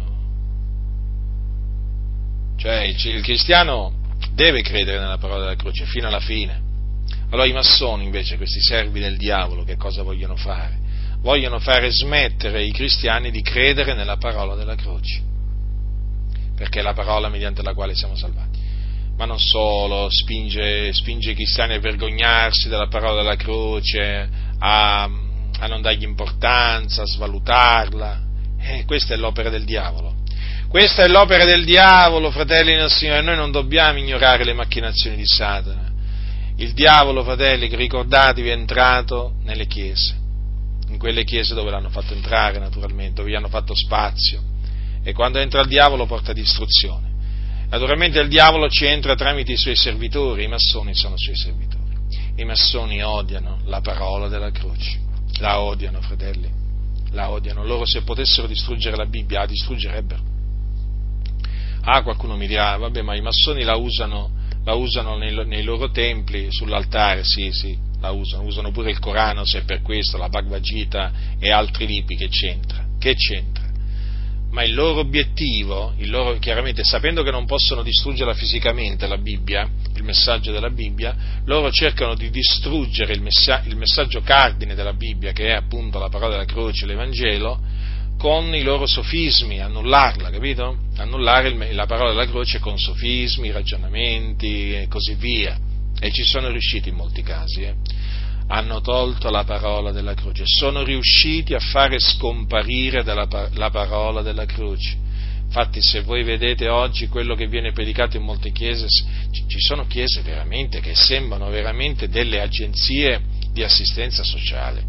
cioè il, il cristiano deve credere nella parola della croce fino alla fine. Allora i massoni invece, questi servi del diavolo, che cosa vogliono fare? Vogliono fare smettere i cristiani di credere nella parola della croce, perché è la parola mediante la quale siamo salvati. Ma non solo, spinge, spinge i cristiani a vergognarsi della parola della croce, a, a non dargli importanza, a svalutarla. Eh, questa è l'opera del diavolo. Questa è l'opera del diavolo, fratelli nel Signore, noi non dobbiamo ignorare le macchinazioni di Satana. Il diavolo, fratelli, ricordatevi, è entrato nelle chiese, in quelle chiese dove l'hanno fatto entrare naturalmente, dove gli hanno fatto spazio, e quando entra il diavolo porta distruzione. Naturalmente il diavolo ci entra tramite i suoi servitori, i massoni sono i suoi servitori. I massoni odiano la parola della croce, la odiano, fratelli, la odiano. Loro se potessero distruggere la Bibbia, la distruggerebbero. Ah, qualcuno mi dirà, vabbè, ma i massoni la usano, la usano nei, nei loro templi, sull'altare, sì, sì, la usano, usano pure il Corano, se è per questo, la Bhagavad Gita e altri libri, che c'entra? Che c'entra? Ma il loro obiettivo, il loro, chiaramente, sapendo che non possono distruggerla fisicamente la Bibbia, il messaggio della Bibbia, loro cercano di distruggere il, messa, il messaggio cardine della Bibbia, che è appunto la parola della croce, l'Evangelo, con i loro sofismi, annullarla, capito? Annullare il, la parola della croce con sofismi, ragionamenti e così via. E ci sono riusciti in molti casi, eh. Hanno tolto la parola della croce, sono riusciti a fare scomparire dalla, la parola della croce. Infatti, se voi vedete oggi quello che viene predicato in molte chiese, ci sono chiese veramente che sembrano veramente delle agenzie di assistenza sociale.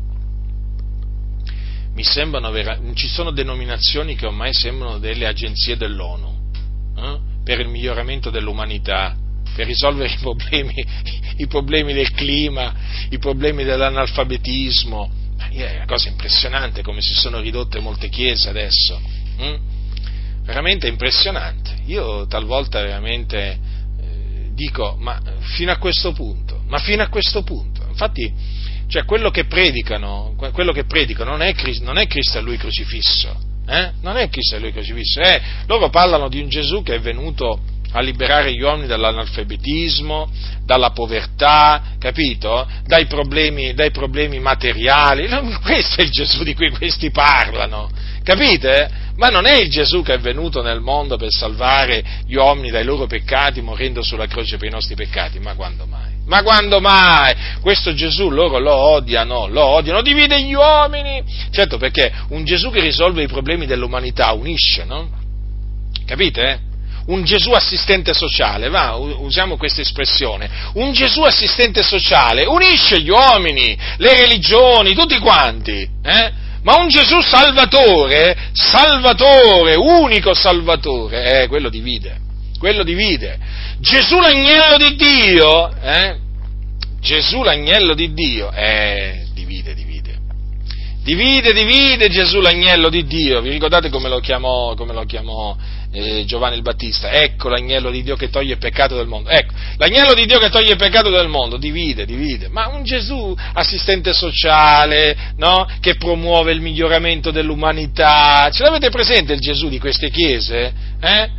Mi sembrano vera, ci sono denominazioni che ormai sembrano delle agenzie dell'ONU, eh, per il miglioramento dell'umanità, per risolvere i problemi, i problemi del clima, i problemi dell'analfabetismo. È una cosa impressionante come si sono ridotte molte chiese adesso, hm? Veramente impressionante. Io talvolta veramente eh, dico, ma fino a questo punto, ma fino a questo punto, infatti, cioè quello che predicano, quello che predicano non è, non è Cristo a lui crocifisso, eh? Non è Cristo a lui crocifisso, eh? Loro parlano di un Gesù che è venuto a liberare gli uomini dall'analfabetismo, dalla povertà, capito? Dai problemi, dai problemi materiali. Questo è il Gesù di cui questi parlano, capite? Ma non è il Gesù che è venuto nel mondo per salvare gli uomini dai loro peccati, morendo sulla croce per i nostri peccati. Ma quando mai? Ma quando mai? Questo Gesù loro lo odiano, lo odiano, divide gli uomini. Certo, perché un Gesù che risolve i problemi dell'umanità unisce, no? Capite? Un Gesù assistente sociale, va, usiamo questa espressione, un Gesù assistente sociale unisce gli uomini, le religioni, tutti quanti, eh? Ma un Gesù salvatore, salvatore, unico salvatore, eh, quello divide, quello divide. Gesù l'agnello di Dio, eh? Gesù l'agnello di Dio, eh, divide, divide. Divide, divide Gesù l'agnello di Dio. Vi ricordate come lo chiamò, come lo chiamò eh, Giovanni il Battista? Ecco l'agnello di Dio che toglie il peccato del mondo. Ecco, l'agnello di Dio che toglie il peccato del mondo, divide, divide. Ma un Gesù assistente sociale, no? Che promuove il miglioramento dell'umanità. Ce l'avete presente il Gesù di queste chiese? Eh?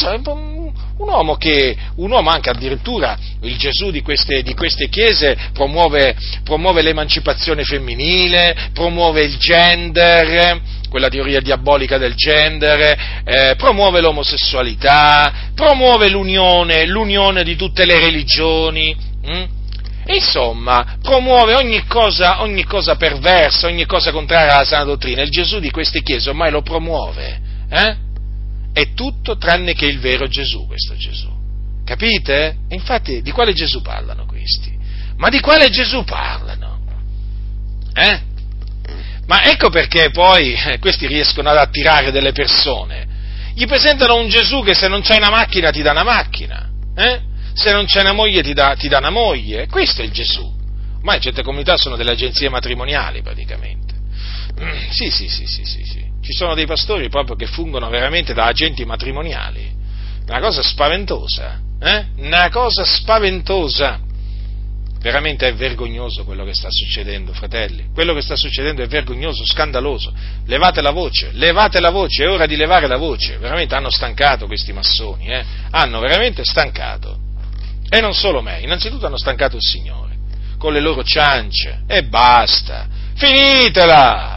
Un uomo che, un uomo anche addirittura, il Gesù di queste, di queste chiese promuove, promuove l'emancipazione femminile, promuove il gender, quella teoria diabolica del gender, eh, promuove l'omosessualità, promuove l'unione, l'unione di tutte le religioni, hm? Insomma, promuove ogni cosa, ogni cosa perversa, ogni cosa contraria alla sana dottrina. Il Gesù di queste chiese ormai lo promuove, eh? È tutto tranne che il vero Gesù, questo Gesù. Capite? E infatti, di quale Gesù parlano questi? Ma di quale Gesù parlano? Eh? Ma ecco perché poi eh, questi riescono ad attirare delle persone. Gli presentano un Gesù che se non c'hai una macchina ti dà una macchina, eh? Se non c'è una moglie ti dà, ti dà una moglie. Questo è il Gesù. Ormai certe comunità sono delle agenzie matrimoniali praticamente. Mm, sì, sì, sì, sì, sì, sì. Ci sono dei pastori proprio che fungono veramente da agenti matrimoniali. Una cosa spaventosa, eh? Una cosa spaventosa. Veramente è vergognoso quello che sta succedendo, fratelli. Quello che sta succedendo è vergognoso, scandaloso. Levate la voce, levate la voce, è ora di levare la voce. Veramente hanno stancato questi massoni, eh? Hanno veramente stancato. E non solo me, innanzitutto hanno stancato il Signore, con le loro ciance, e basta, finitela!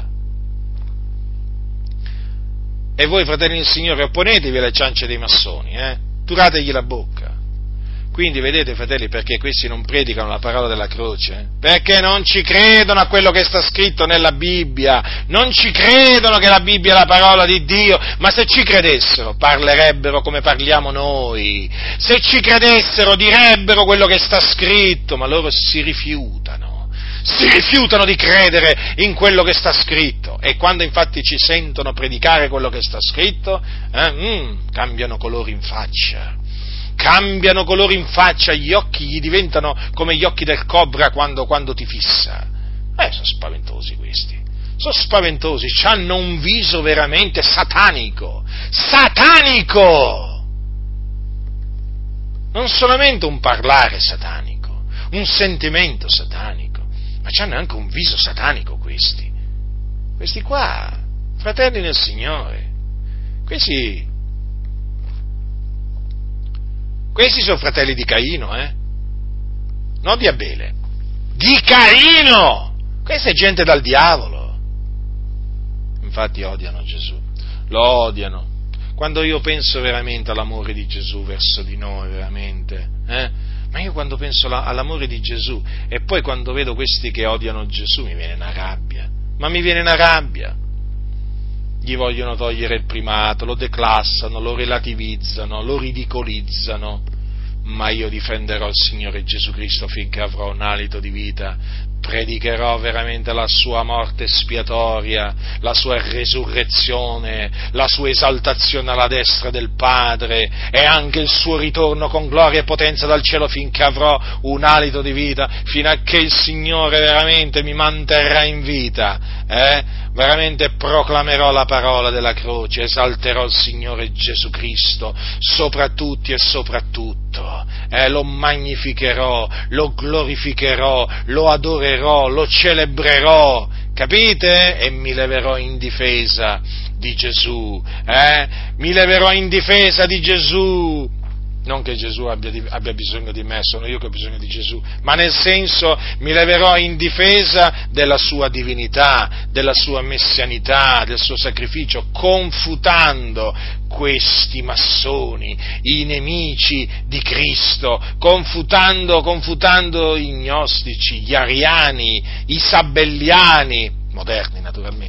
E voi, fratelli del Signore, opponetevi alle ciance dei massoni, eh? Turategli la bocca. Quindi, vedete, fratelli, perché questi non predicano la parola della croce? Perché non ci credono a quello che sta scritto nella Bibbia, non ci credono che la Bibbia è la parola di Dio, ma se ci credessero parlerebbero come parliamo noi, se ci credessero direbbero quello che sta scritto, ma loro si rifiutano, si rifiutano di credere in quello che sta scritto, e quando infatti ci sentono predicare quello che sta scritto, eh, mm, cambiano colore in faccia. Cambiano colore in faccia, gli occhi gli diventano come gli occhi del cobra quando, quando ti fissa. Eh, sono spaventosi questi, sono spaventosi, hanno un viso veramente satanico, satanico! Non solamente un parlare satanico, un sentimento satanico, ma hanno anche un viso satanico questi. Questi qua, fratelli nel Signore, questi... Questi sono fratelli di Caino, eh? Non di Abele. Di Caino! Questa è gente dal diavolo. Infatti odiano Gesù. Lo odiano. Quando io penso veramente all'amore di Gesù verso di noi, veramente, eh? Ma io quando penso all'amore di Gesù e poi quando vedo questi che odiano Gesù mi viene una rabbia. Ma mi viene una rabbia. Gli vogliono togliere il primato, lo declassano, lo relativizzano, lo ridicolizzano, ma io difenderò il Signore Gesù Cristo finché avrò un alito di vita, predicherò veramente la sua morte espiatoria, la sua resurrezione, la sua esaltazione alla destra del Padre e anche il suo ritorno con gloria e potenza dal cielo finché avrò un alito di vita, fino a che il Signore veramente mi manterrà in vita, eh? Veramente proclamerò la parola della croce, esalterò il Signore Gesù Cristo sopra tutti e sopra tutto, eh, lo magnificherò, lo glorificherò, lo adorerò, lo celebrerò, capite? E mi leverò in difesa di Gesù, eh? Mi leverò in difesa di Gesù. Non che Gesù abbia, abbia bisogno di me, sono io che ho bisogno di Gesù, ma nel senso mi leverò in difesa della sua divinità, della sua messianità, del suo sacrificio, confutando questi massoni, i nemici di Cristo, confutando, confutando i gnostici, gli ariani, i sabelliani, moderni naturalmente.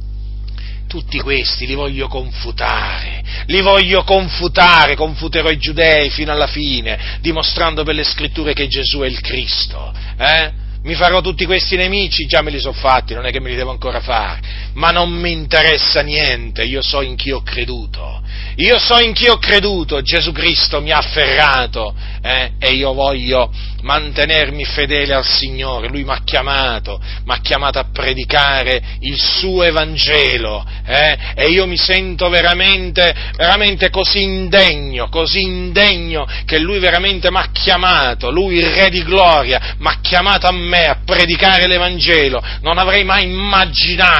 Tutti questi li voglio confutare, li voglio confutare, confuterò i giudei fino alla fine, dimostrando per le scritture che Gesù è il Cristo, eh? Mi farò tutti questi nemici, già me li so fatti, non è che me li devo ancora fare, ma non mi interessa niente, io so in chi ho creduto, io so in chi ho creduto, Gesù Cristo mi ha afferrato, eh? E io voglio mantenermi fedele al Signore, Lui mi ha chiamato, mi ha chiamato a predicare il suo Evangelo, eh? E io mi sento veramente, veramente così indegno, così indegno che Lui veramente mi ha chiamato, Lui il Re di Gloria, mi ha chiamato a me a predicare l'Evangelo, non avrei mai immaginato,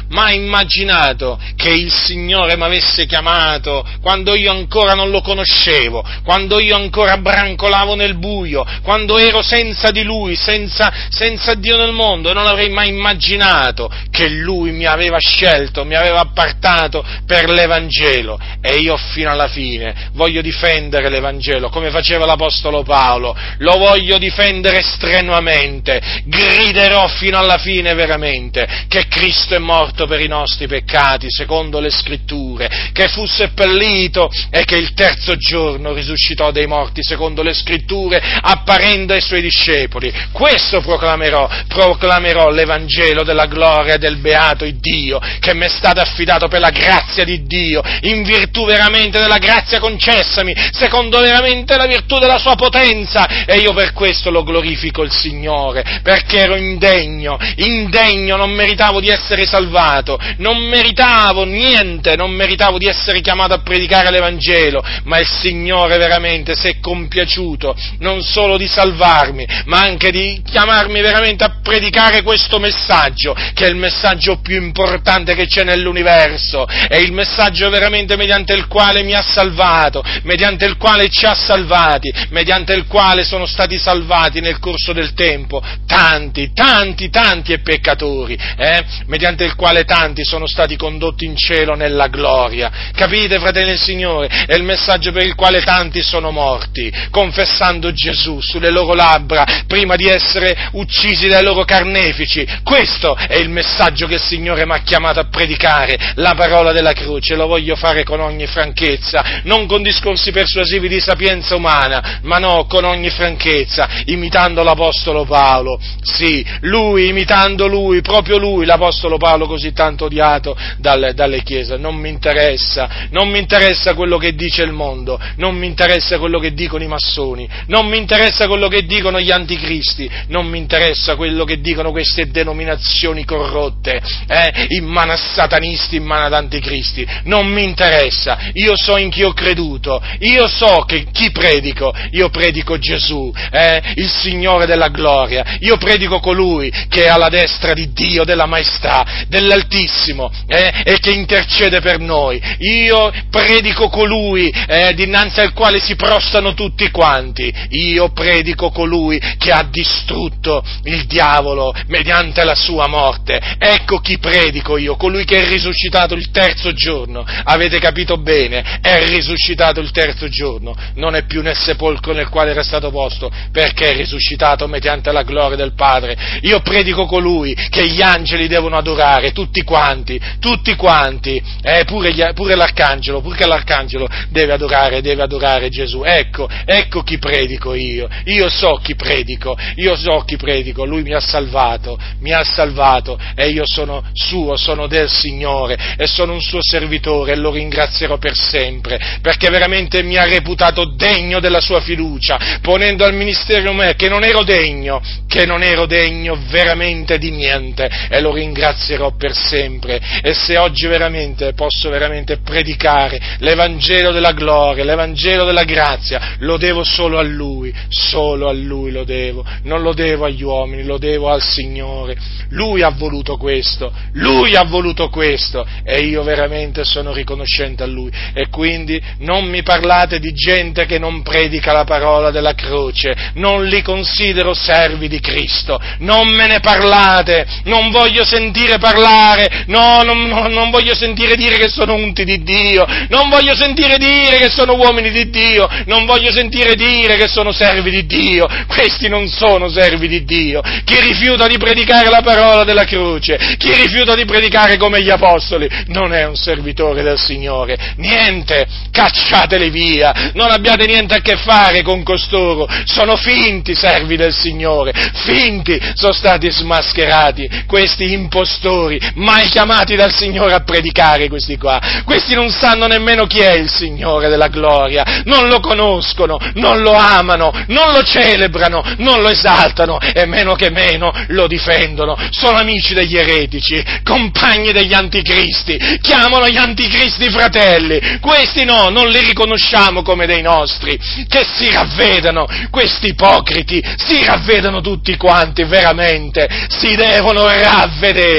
mai immaginato che il Signore mi avesse chiamato quando io ancora non lo conoscevo, quando io ancora brancolavo nel buio, quando ero senza di Lui, senza, senza Dio nel mondo, non avrei mai immaginato che Lui mi aveva scelto, mi aveva appartato per l'Evangelo, e io fino alla fine voglio difendere l'Evangelo, come faceva l'Apostolo Paolo, lo voglio difendere strenuamente, griderò fino alla fine veramente che Cristo è morto per i nostri peccati, secondo le Scritture, che fu seppellito e che il terzo giorno risuscitò dai morti, secondo le Scritture, apparendo ai Suoi discepoli. Questo proclamerò, proclamerò l'Evangelo della gloria del beato Dio, che mi è stato affidato per la grazia di Dio, in virtù veramente della grazia concessami, secondo veramente la virtù della Sua potenza, e io per questo lo glorifico il Signore, perché ero indegno, indegno, non meritavo di essere salvato, non meritavo niente, non meritavo di essere chiamato a predicare l'Evangelo, ma il Signore veramente si è compiaciuto non solo di salvarmi, ma anche di chiamarmi veramente a predicare questo messaggio, che è il messaggio più importante che c'è nell'universo, è il messaggio veramente mediante il quale mi ha salvato, mediante il quale ci ha salvati, mediante il quale sono stati salvati nel corso del tempo tanti, tanti, tanti peccatori, eh? mediante il quale tanti sono stati condotti in cielo nella gloria. Capite, fratelli del Signore? È il messaggio per il quale tanti sono morti, confessando Gesù sulle loro labbra, prima di essere uccisi dai loro carnefici. Questo è il messaggio che il Signore mi ha chiamato a predicare, la parola della croce. Lo voglio fare con ogni franchezza, non con discorsi persuasivi di sapienza umana, ma no, con ogni franchezza, imitando l'Apostolo Paolo. Sì, lui, imitando lui, proprio lui, l'Apostolo Paolo così tanto odiato dalle, dalle chiese. Non mi interessa, non mi interessa quello che dice il mondo, non mi interessa quello che dicono i massoni, non mi interessa quello che dicono gli anticristi, non mi interessa quello che dicono queste denominazioni corrotte, eh, in mano a satanisti, in mano ad anticristi, non mi interessa. Io so in chi ho creduto, io so che chi predico, io predico Gesù, eh, il Signore della gloria, io predico colui che è alla destra di Dio, della maestà, dell'Altissimo, eh, e che intercede per noi. Io predico colui eh, dinanzi al quale si prostrano tutti quanti. Io predico colui che ha distrutto il diavolo mediante la sua morte. Ecco chi predico io, colui che è risuscitato il terzo giorno. Avete capito bene? È risuscitato il terzo giorno, non è più nel sepolcro nel quale era stato posto, perché è risuscitato mediante la gloria del Padre. Io predico colui che gli angeli devono adorare, tutti quanti, tutti quanti, eh, pure, gli, pure l'arcangelo, pure l'arcangelo deve adorare, deve adorare Gesù. Ecco, ecco chi predico io, io so chi predico, io so chi predico, lui mi ha salvato, mi ha salvato, e io sono suo, sono del Signore, e sono un suo servitore, e lo ringrazierò per sempre, perché veramente mi ha reputato degno della sua fiducia, ponendo al ministero me, che non ero degno, che non ero degno veramente di niente, e lo ringrazierò per sempre. E se oggi veramente posso veramente predicare l'Evangelo della gloria, l'Evangelo della grazia, lo devo solo a Lui, solo a Lui lo devo, non lo devo agli uomini, lo devo al Signore. Lui ha voluto questo, Lui ha voluto questo, e io veramente sono riconoscente a Lui. E quindi non mi parlate di gente che non predica la parola della croce, non li considero servi di Cristo, non me ne parlate, non voglio sentire parlare, no, non, no, non voglio sentire dire che sono unti di Dio, non voglio sentire dire che sono uomini di Dio, non voglio sentire dire che sono servi di Dio. Questi non sono servi di Dio. Chi rifiuta di predicare la parola della croce, chi rifiuta di predicare come gli apostoli, non è un servitore del Signore. Niente, cacciateli via, non abbiate niente a che fare con costoro, sono finti servi del Signore, finti, sono stati smascherati, questi impostori, mai chiamati dal Signore a predicare questi qua. Questi non sanno nemmeno chi è il Signore della gloria, non lo conoscono, non lo amano, non lo celebrano, non lo esaltano, e meno che meno lo difendono. Sono amici degli eretici, compagni degli anticristi, chiamano gli anticristi fratelli. Questi no, non li riconosciamo come dei nostri. Che si ravvedano, questi ipocriti, si ravvedano tutti quanti, veramente, si devono ravvedere.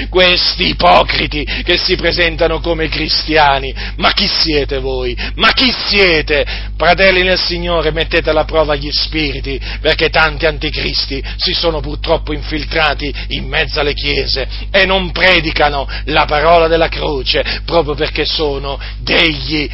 questi ipocriti che si presentano come cristiani. Ma chi siete voi? Ma chi siete? Fratelli nel Signore, mettete alla prova gli spiriti, perché tanti anticristi si sono purtroppo infiltrati in mezzo alle chiese e non predicano la parola della croce, proprio perché sono degli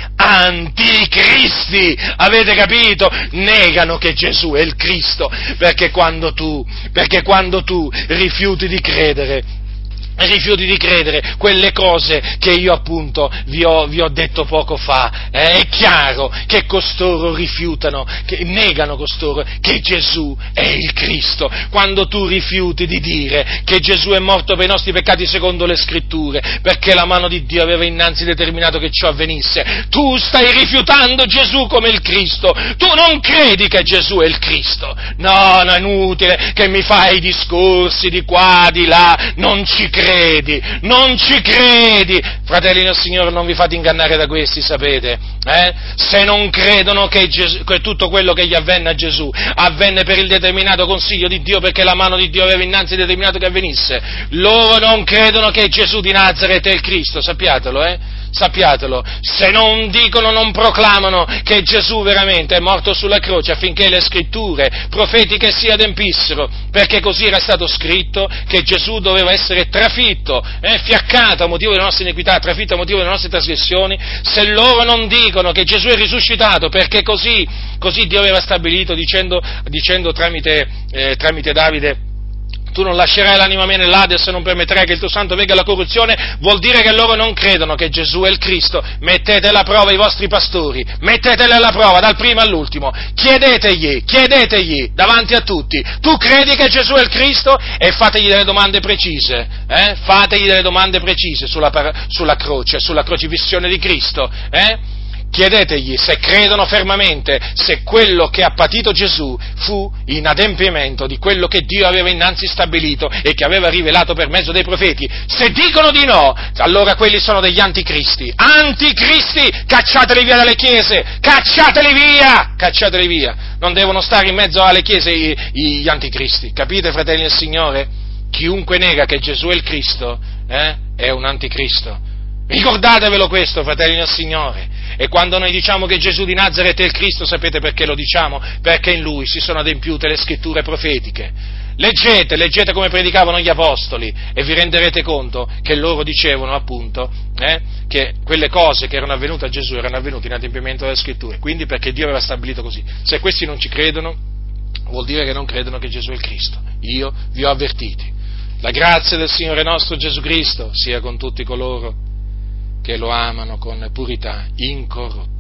anticristi. Avete capito? Negano che Gesù è il Cristo, perché quando tu, perché quando tu rifiuti di credere, rifiuti di credere quelle cose che io appunto vi ho, vi ho detto poco fa, eh, è chiaro che costoro rifiutano, che negano costoro che Gesù è il Cristo. Quando tu rifiuti di dire che Gesù è morto per i nostri peccati secondo le Scritture, perché la mano di Dio aveva innanzi determinato che ciò avvenisse, tu stai rifiutando Gesù come il Cristo, tu non credi che Gesù è il Cristo. No, no, è inutile che mi fai discorsi di qua, di là, non ci credi. credi, non ci credi, fratelli del Signore, non vi fate ingannare da questi, sapete, eh? Se non credono che, Gesù, che tutto quello che gli avvenne a Gesù avvenne per il determinato consiglio di Dio, perché la mano di Dio aveva innanzi determinato che avvenisse, loro non credono che Gesù di Nazaret è il Cristo, sappiatelo, eh? Sappiatelo, se non dicono, non proclamano che Gesù veramente è morto sulla croce affinché le scritture profetiche si adempissero, perché così era stato scritto che Gesù doveva essere trafitto, eh, fiaccato a motivo delle nostre iniquità, trafitto a motivo delle nostre trasgressioni. Se loro non dicono che Gesù è risuscitato, perché così, così Dio aveva stabilito dicendo, dicendo tramite, eh, tramite Davide: tu non lascerai l'anima mia nell'Ades e non permetterai che il tuo santo venga alla corruzione, vuol dire che loro non credono che Gesù è il Cristo. Mettete alla prova i vostri pastori, metteteli alla prova dal primo all'ultimo, chiedetegli, chiedetegli davanti a tutti: tu credi che Gesù è il Cristo? E fategli delle domande precise, eh? fategli delle domande precise sulla, sulla croce, sulla crocifissione di Cristo, eh? Chiedetegli se credono fermamente se quello che ha patito Gesù fu in adempimento di quello che Dio aveva innanzi stabilito e che aveva rivelato per mezzo dei profeti. Se dicono di no, allora quelli sono degli anticristi. Anticristi! Cacciateli via dalle chiese! Cacciateli via! Cacciateli via! Non devono stare in mezzo alle chiese gli anticristi. Capite, fratelli del Signore? Chiunque nega che Gesù è il Cristo, eh, è un anticristo. Ricordatevelo questo, fratelli del Signore. E quando noi diciamo che Gesù di Nazaret è il Cristo, sapete perché lo diciamo? Perché in Lui si sono adempiute le scritture profetiche. Leggete, leggete come predicavano gli apostoli e vi renderete conto che loro dicevano appunto eh, che quelle cose che erano avvenute a Gesù erano avvenute in adempimento delle scritture, quindi perché Dio aveva stabilito così. Se questi non ci credono, vuol dire che non credono che Gesù è il Cristo. Io vi ho avvertiti. La grazia del Signore nostro Gesù Cristo sia con tutti coloro che lo amano con purità incorrotta.